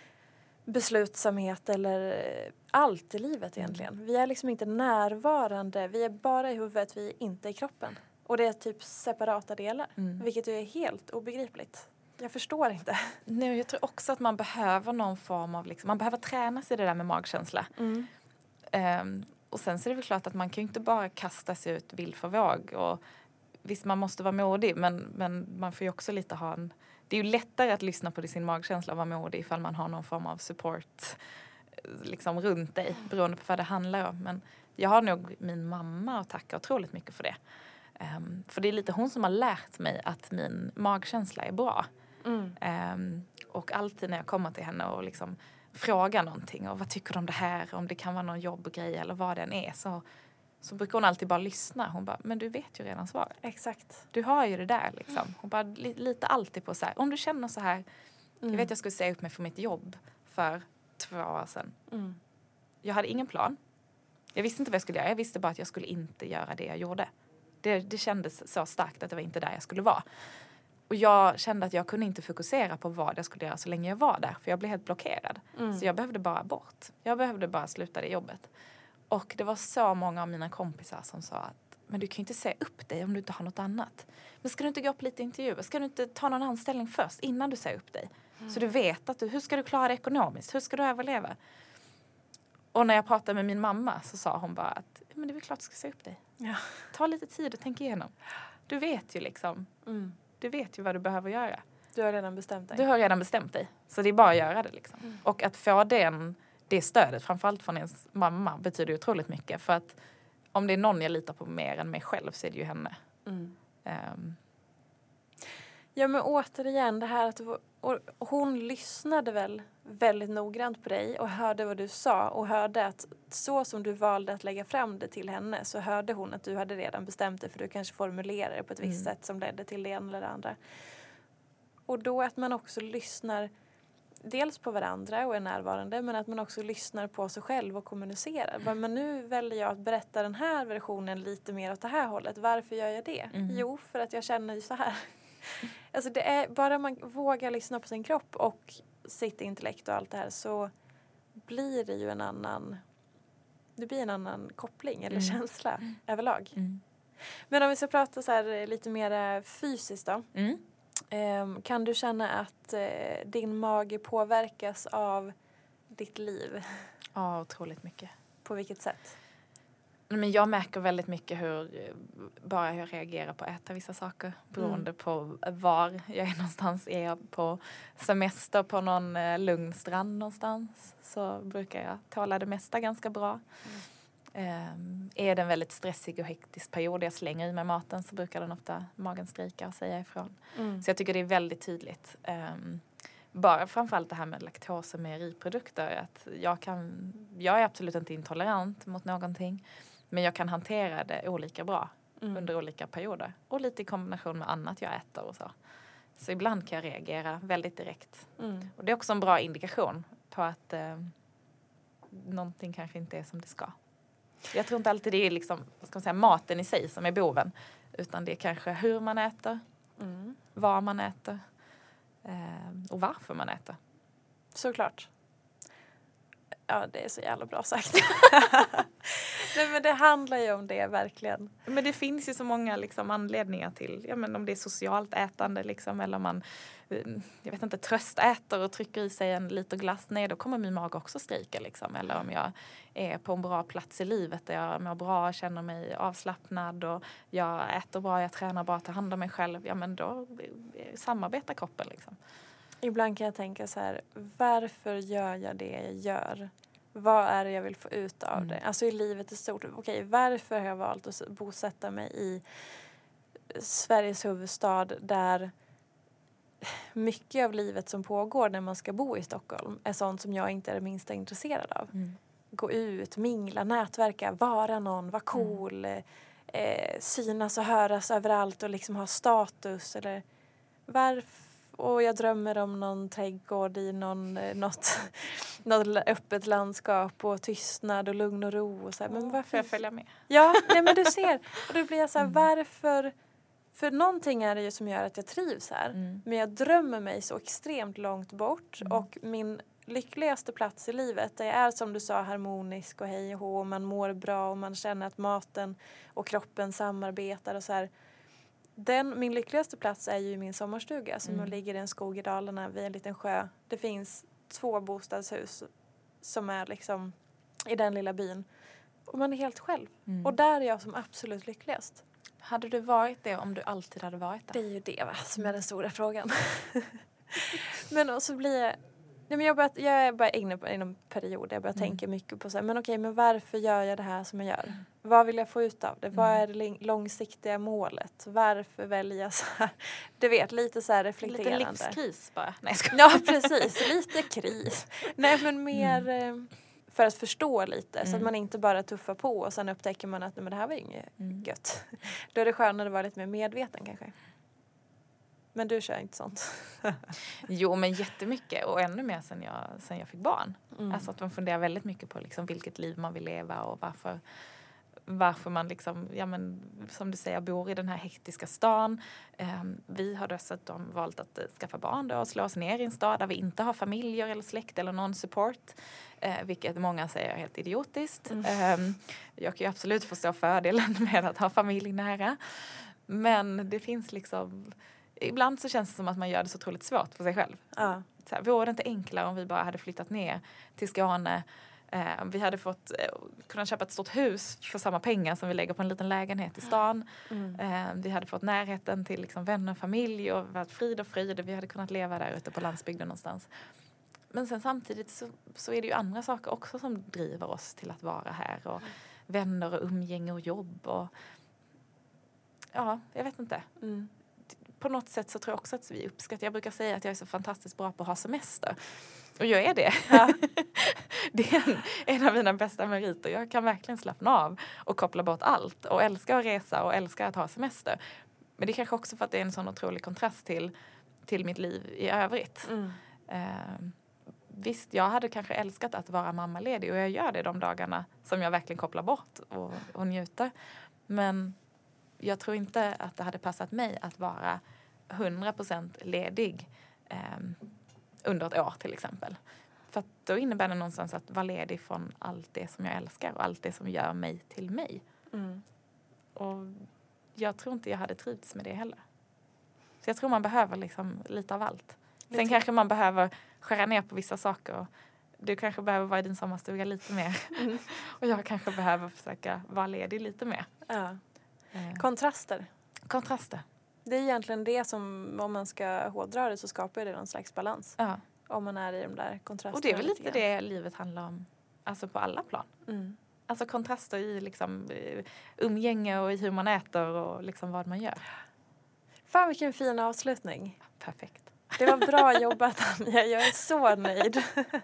beslutsamhet eller allt i livet egentligen. Mm. Vi är liksom inte närvarande, vi är bara i huvudet, vi är inte i kroppen. Och det är typ separata delar, mm. vilket är helt obegripligt. Jag förstår inte. Nej, jag tror också att man behöver någon form av, liksom, man behöver träna sig det där med magkänsla. Mm. Um, och sen så är det väl klart att man kan ju inte bara kasta sig ut vill för våg. Och visst, man måste vara modig, men, men man får ju också lite ha en... Det är ju lättare att lyssna på sin magkänsla och vara modig ifall man har någon form av support liksom runt dig, beroende på vad det handlar om. Men jag har nog min mamma att tacka otroligt mycket för det. Um, för det är lite hon som har lärt mig att min magkänsla är bra. Mm. Um, och alltid när jag kommer till henne och liksom frågar någonting och vad tycker du om det här, om det kan vara någon jobbgrej eller vad den är, så, så brukar hon alltid bara lyssna. Hon bara, men du vet ju redan svaret. Exakt. Du har ju det där liksom. Hon bara li, lite alltid på så här, om du känner så här, mm. jag vet jag skulle säga upp mig för mitt jobb för två år sedan. Mm. Jag hade ingen plan. Jag visste inte vad jag skulle göra, jag visste bara att jag skulle inte göra det jag gjorde. Det, det kändes så starkt att det var inte där jag skulle vara. Och jag kände att jag kunde inte fokusera på vad jag skulle göra så länge jag var där. För jag blev helt blockerad. Mm. Så jag behövde bara bort. Jag behövde bara sluta det jobbet. Och det var så många av mina kompisar som sa att men du kan ju inte säga upp dig om du inte har något annat. Men ska du inte gå på lite intervjuer? Ska du inte ta någon anställning först innan du säger upp dig? Mm. Så du vet att du, hur ska du klara det ekonomiskt? Hur ska du överleva? Och när jag pratade med min mamma så sa hon bara att men det är väl klart du ska säga upp dig. Ja. Ta lite tid och tänk igenom. Du vet ju liksom. Mm. Du vet ju vad du behöver göra. Du har redan bestämt dig. Du har redan bestämt dig. Så det är bara att göra det liksom. Mm. Och att få den, det stödet, framförallt från ens mamma, betyder ju otroligt mycket. För att om det är någon jag litar på mer än mig själv så är det ju henne. Mm. Um. Ja, men återigen det här att och hon lyssnade väl väldigt noggrant på dig och hörde vad du sa och hörde att så som du valde att lägga fram det till henne så hörde hon att du hade redan bestämt dig för du kanske formulerade det på ett visst mm. sätt som ledde till det ena eller det andra. Och då att man också lyssnar dels på varandra och är närvarande men att man också lyssnar på sig själv och kommunicerar. Men nu väljer jag att berätta den här versionen lite mer åt det här hållet. Varför gör jag det? Mm. Jo, för att jag känner ju så här. Alltså det är bara man vågar lyssna på sin kropp och sitt intellekt och allt det här så blir det ju en annan det blir en annan koppling eller mm. känsla mm. överlag. Mm. Men om vi ska prata så här lite mer fysiskt då. Mm. Um, kan du känna att uh, din mage påverkas av ditt liv? Ja, otroligt mycket. På vilket sätt? Men jag märker väldigt mycket hur bara jag reagerar på att äta vissa saker beroende mm. på var jag är någonstans. Är jag på semester på någon eh, lugn strand någonstans så brukar jag tåla det mesta ganska bra. Mm. Um, är det en väldigt stressig och hektisk period jag slänger i mig maten så brukar den ofta magen skrika och säga ifrån. Mm. Så jag tycker det är väldigt tydligt. Um, bara framförallt det här med laktos och mejeriprodukter. Att jag, kan, jag är absolut inte intolerant mot någonting. Men jag kan hantera det olika bra mm. under olika perioder. Och lite i kombination med annat jag äter och så. Så ibland kan jag reagera väldigt direkt. Mm. Och det är också en bra indikation på att eh, någonting kanske inte är som det ska. Jag tror inte alltid det är liksom, vad ska man säga, maten i sig som är boven. Utan det är kanske hur man äter, mm. vad man äter eh, och varför man äter. Såklart. Ja, det är så jävla bra sagt. Nej, men det handlar ju om det, verkligen. Men det finns ju så många liksom, anledningar till, ja, men om det är socialt ätande liksom, eller man, jag vet inte, tröstäter och trycker i sig en liter glass, nej, då kommer min mage också skrika liksom. Eller om jag är på en bra plats i livet där jag mår bra, känner mig avslappnad och jag äter bra, jag tränar bra, tar hand om mig själv, ja men då samarbetar kroppen liksom. Ibland kan jag tänka så här, varför gör jag det jag gör? Vad är det jag vill få ut av mm. det? Alltså i livet i stort. Okej, varför har jag valt att bosätta mig i Sveriges huvudstad där mycket av livet som pågår när man ska bo i Stockholm är sånt som jag inte är det minsta intresserad av. Mm. Gå ut, mingla, nätverka, vara någon, vara cool, mm. eh, synas och höras överallt och liksom ha status. Eller varför? Och jag drömmer om någon trädgård i någon, något, något öppet landskap och tystnad och lugn och ro. Och så här. Men varför jag följa med? Ja, nej, men du ser. Och då blir jag så här, mm. varför? För någonting är det ju som gör att jag trivs här. Mm. Men jag drömmer mig så extremt långt bort. Mm. Och min lyckligaste plats i livet, det är som du sa harmonisk och hej och hå. Man mår bra och man känner att maten och kroppen samarbetar och så här. Den, min lyckligaste plats är ju min sommarstuga som mm. ligger i en skog i Dalarna vid en liten sjö. Det finns två bostadshus som är liksom i den lilla byn. Och man är helt själv. Mm. Och där är jag som absolut lyckligast. Hade du varit det om du alltid hade varit där? Det är ju det, va, som är den stora frågan. Men så blir jag... Nej, men jag, börjat, jag är bara inne på en period. Jag börjar mm. tänka mycket på så här, men okej, men varför gör jag det här som jag gör? Mm. Vad vill jag få ut av det? Mm. Vad är det långsiktiga målet? Varför väljer jag så här? Du vet, lite så här reflekterande. Lite livskris bara. Nej, jag ska... Ja, precis. Lite kris. Nej, men mer mm. för att förstå lite. Mm. Så att man inte bara tuffar på och sen upptäcker man att nej, men det här var ju inget mm. gött. Då är det skönare att vara lite mer medveten kanske. Men du kör inte sånt. Jo, men jättemycket. Och ännu mer sen jag, sen jag fick barn. Mm. Alltså att man funderar väldigt mycket på liksom vilket liv man vill leva. Och varför, varför man liksom, ja men, som du säger, bor i den här hektiska stan. Um, vi har dessutom valt att uh, skaffa barn då, och slå oss ner i en stad där vi inte har familjer eller släkt eller någon support. Uh, vilket många säger är helt idiotiskt. Mm. Um, jag kan ju absolut förstå fördelen med att ha familj nära. Men det finns liksom... Ibland så känns det som att man gör det så otroligt svårt för sig själv. Ja. Så här, vore det inte enklare om vi bara hade flyttat ner till Skåne? Eh, vi hade fått eh, kunnat köpa ett stort hus för samma pengar som vi lägger på en liten lägenhet i stan. Mm. Eh, vi hade fått närheten till liksom, vänner och familj och varit frid och frid. Vi hade kunnat leva där ute på landsbygden någonstans. Men sen samtidigt så, så är det ju andra saker också som driver oss till att vara här. Och vänner och umgänge och jobb. Och, ja, jag vet inte. Mm. På något sätt så tror jag också att vi uppskattar. Jag brukar säga att jag är så fantastiskt bra på att ha semester. Och jag är det. Ja. Det är en, en av mina bästa meriter. Jag kan verkligen slappna av och koppla bort allt. Och älska att resa och älska att ha semester. Men det är kanske också för att det är en sån otrolig kontrast till, till mitt liv i övrigt. Mm. Uh, visst, jag hade kanske älskat att vara mammaledig. Och jag gör det de dagarna som jag verkligen kopplar bort och, och njuter. Men... Jag tror inte att det hade passat mig att vara hundra procent ledig eh, under ett år till exempel. För att då innebär det någonstans att vara ledig från allt det som jag älskar och allt det som gör mig till mig. Mm. Och jag tror inte jag hade trivts med det heller. Så jag tror man behöver liksom lite av allt. Sen lite. kanske man behöver skära ner på vissa saker. Du kanske behöver vara i din sommarstuga lite mer. Mm. Och jag kanske behöver försöka vara ledig lite mer. Ja. Eh. Kontraster. Kontraster. Det är egentligen det som, om man ska hårdra det så skapar det någon slags balans. Ja. Om man är i de där kontrasterna. Och det är väl lite det livet handlar om. Alltså på alla plan. Mm. Alltså kontraster i liksom umgänge och i hur man äter och liksom vad man gör. Fan vilken fin avslutning. Perfekt. Det var bra jobbat, Anja. Jag är så nöjd.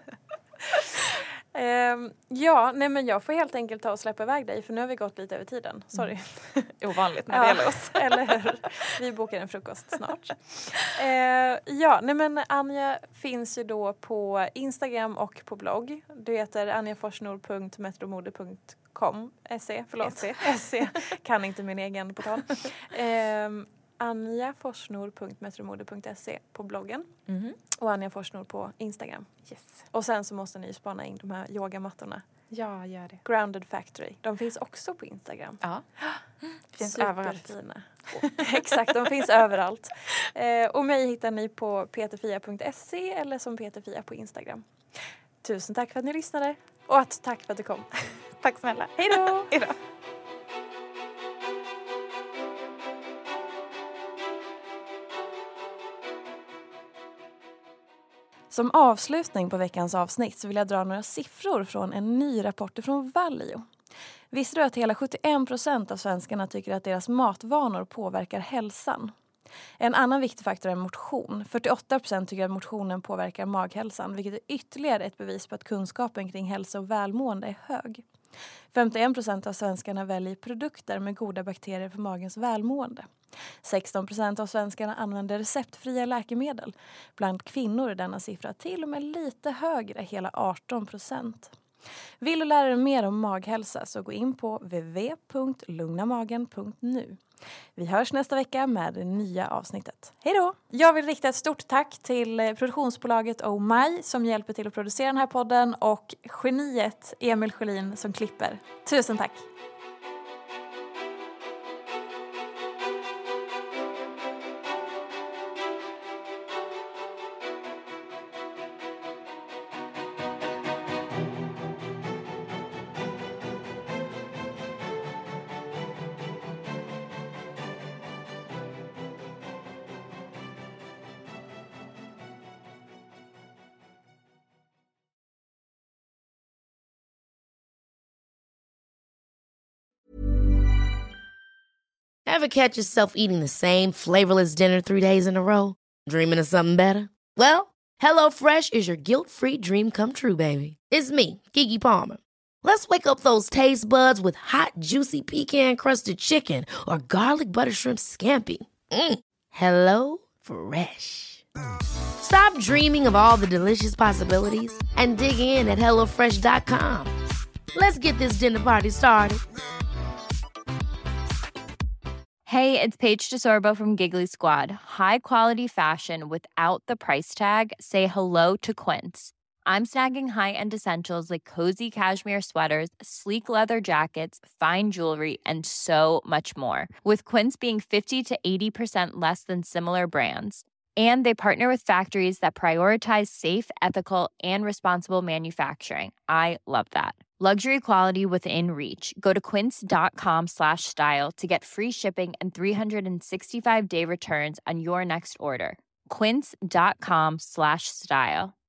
um, ja, nej men jag får helt enkelt ta och släppa iväg dig. För nu har vi gått lite över tiden. Sorry. Mm. Ovanligt när det gäller oss. Eller hur? Vi bokar en frukost snart. Uh, ja, nej men Anja finns ju då på Instagram och på blogg. Du heter anjaforsnor punkt metromode punkt com. Se, förlåt. Se. Se. Kan inte min egen portal. Um, anjaforsnor punkt metromode punkt se på bloggen. Mm-hmm. Och Anja Forsnor på Instagram. Yes. Och sen så måste ni spana in de här yogamattorna. Ja, gör det. Grounded Factory. De finns också på Instagram. Ja. Finns överallt. Superfina. Exakt, de finns överallt. Eh, och mig hittar ni på peterfia punkt se eller som peterfia på Instagram. Tusen tack för att ni lyssnade. Och att, tack för att du kom. Tack snälla. Hej då! Hej då! Som avslutning på veckans avsnitt så vill jag dra några siffror från en ny rapport från Valio. Visste du att hela sjuttioen procent av svenskarna tycker att deras matvanor påverkar hälsan? En annan viktig faktor är motion. fyrtioåtta procent tycker att motionen påverkar maghälsan, vilket är ytterligare ett bevis på att kunskapen kring hälsa och välmående är hög. femtioen procent av svenskarna väljer produkter med goda bakterier för magens välmående. sexton procent av svenskarna använder receptfria läkemedel. Bland kvinnor är denna siffra till och med lite högre, hela arton procent. Vill du lära dig mer om maghälsa så gå in på w w w punkt lugnamagen punkt nu. Vi hörs nästa vecka med det nya avsnittet. Hej då! Jag vill rikta ett stort tack till produktionsbolaget Oh My som hjälper till att producera den här podden och geniet Emil Sjölin som klipper. Tusen tack! Ever catch yourself eating the same flavorless dinner three days in a row? Dreaming of something better? Well, HelloFresh is your guilt-free dream come true, baby. It's me, Keke Palmer. Let's wake up those taste buds with hot, juicy pecan-crusted chicken or garlic butter shrimp scampi. Mm. Hello Fresh. Stop dreaming of all the delicious possibilities and dig in at hello fresh dot com. Let's get this dinner party started. Hey, it's Paige DeSorbo from Giggly Squad. High quality fashion without the price tag. Say hello to Quince. I'm snagging high-end essentials like cozy cashmere sweaters, sleek leather jackets, fine jewelry, and so much more. With Quince being fifty to eighty percent less than similar brands. And they partner with factories that prioritize safe, ethical, and responsible manufacturing. I love that. Luxury quality within reach. Go to quince.com slash style to get free shipping and three sixty-five day returns on your next order. Quince.com slash style.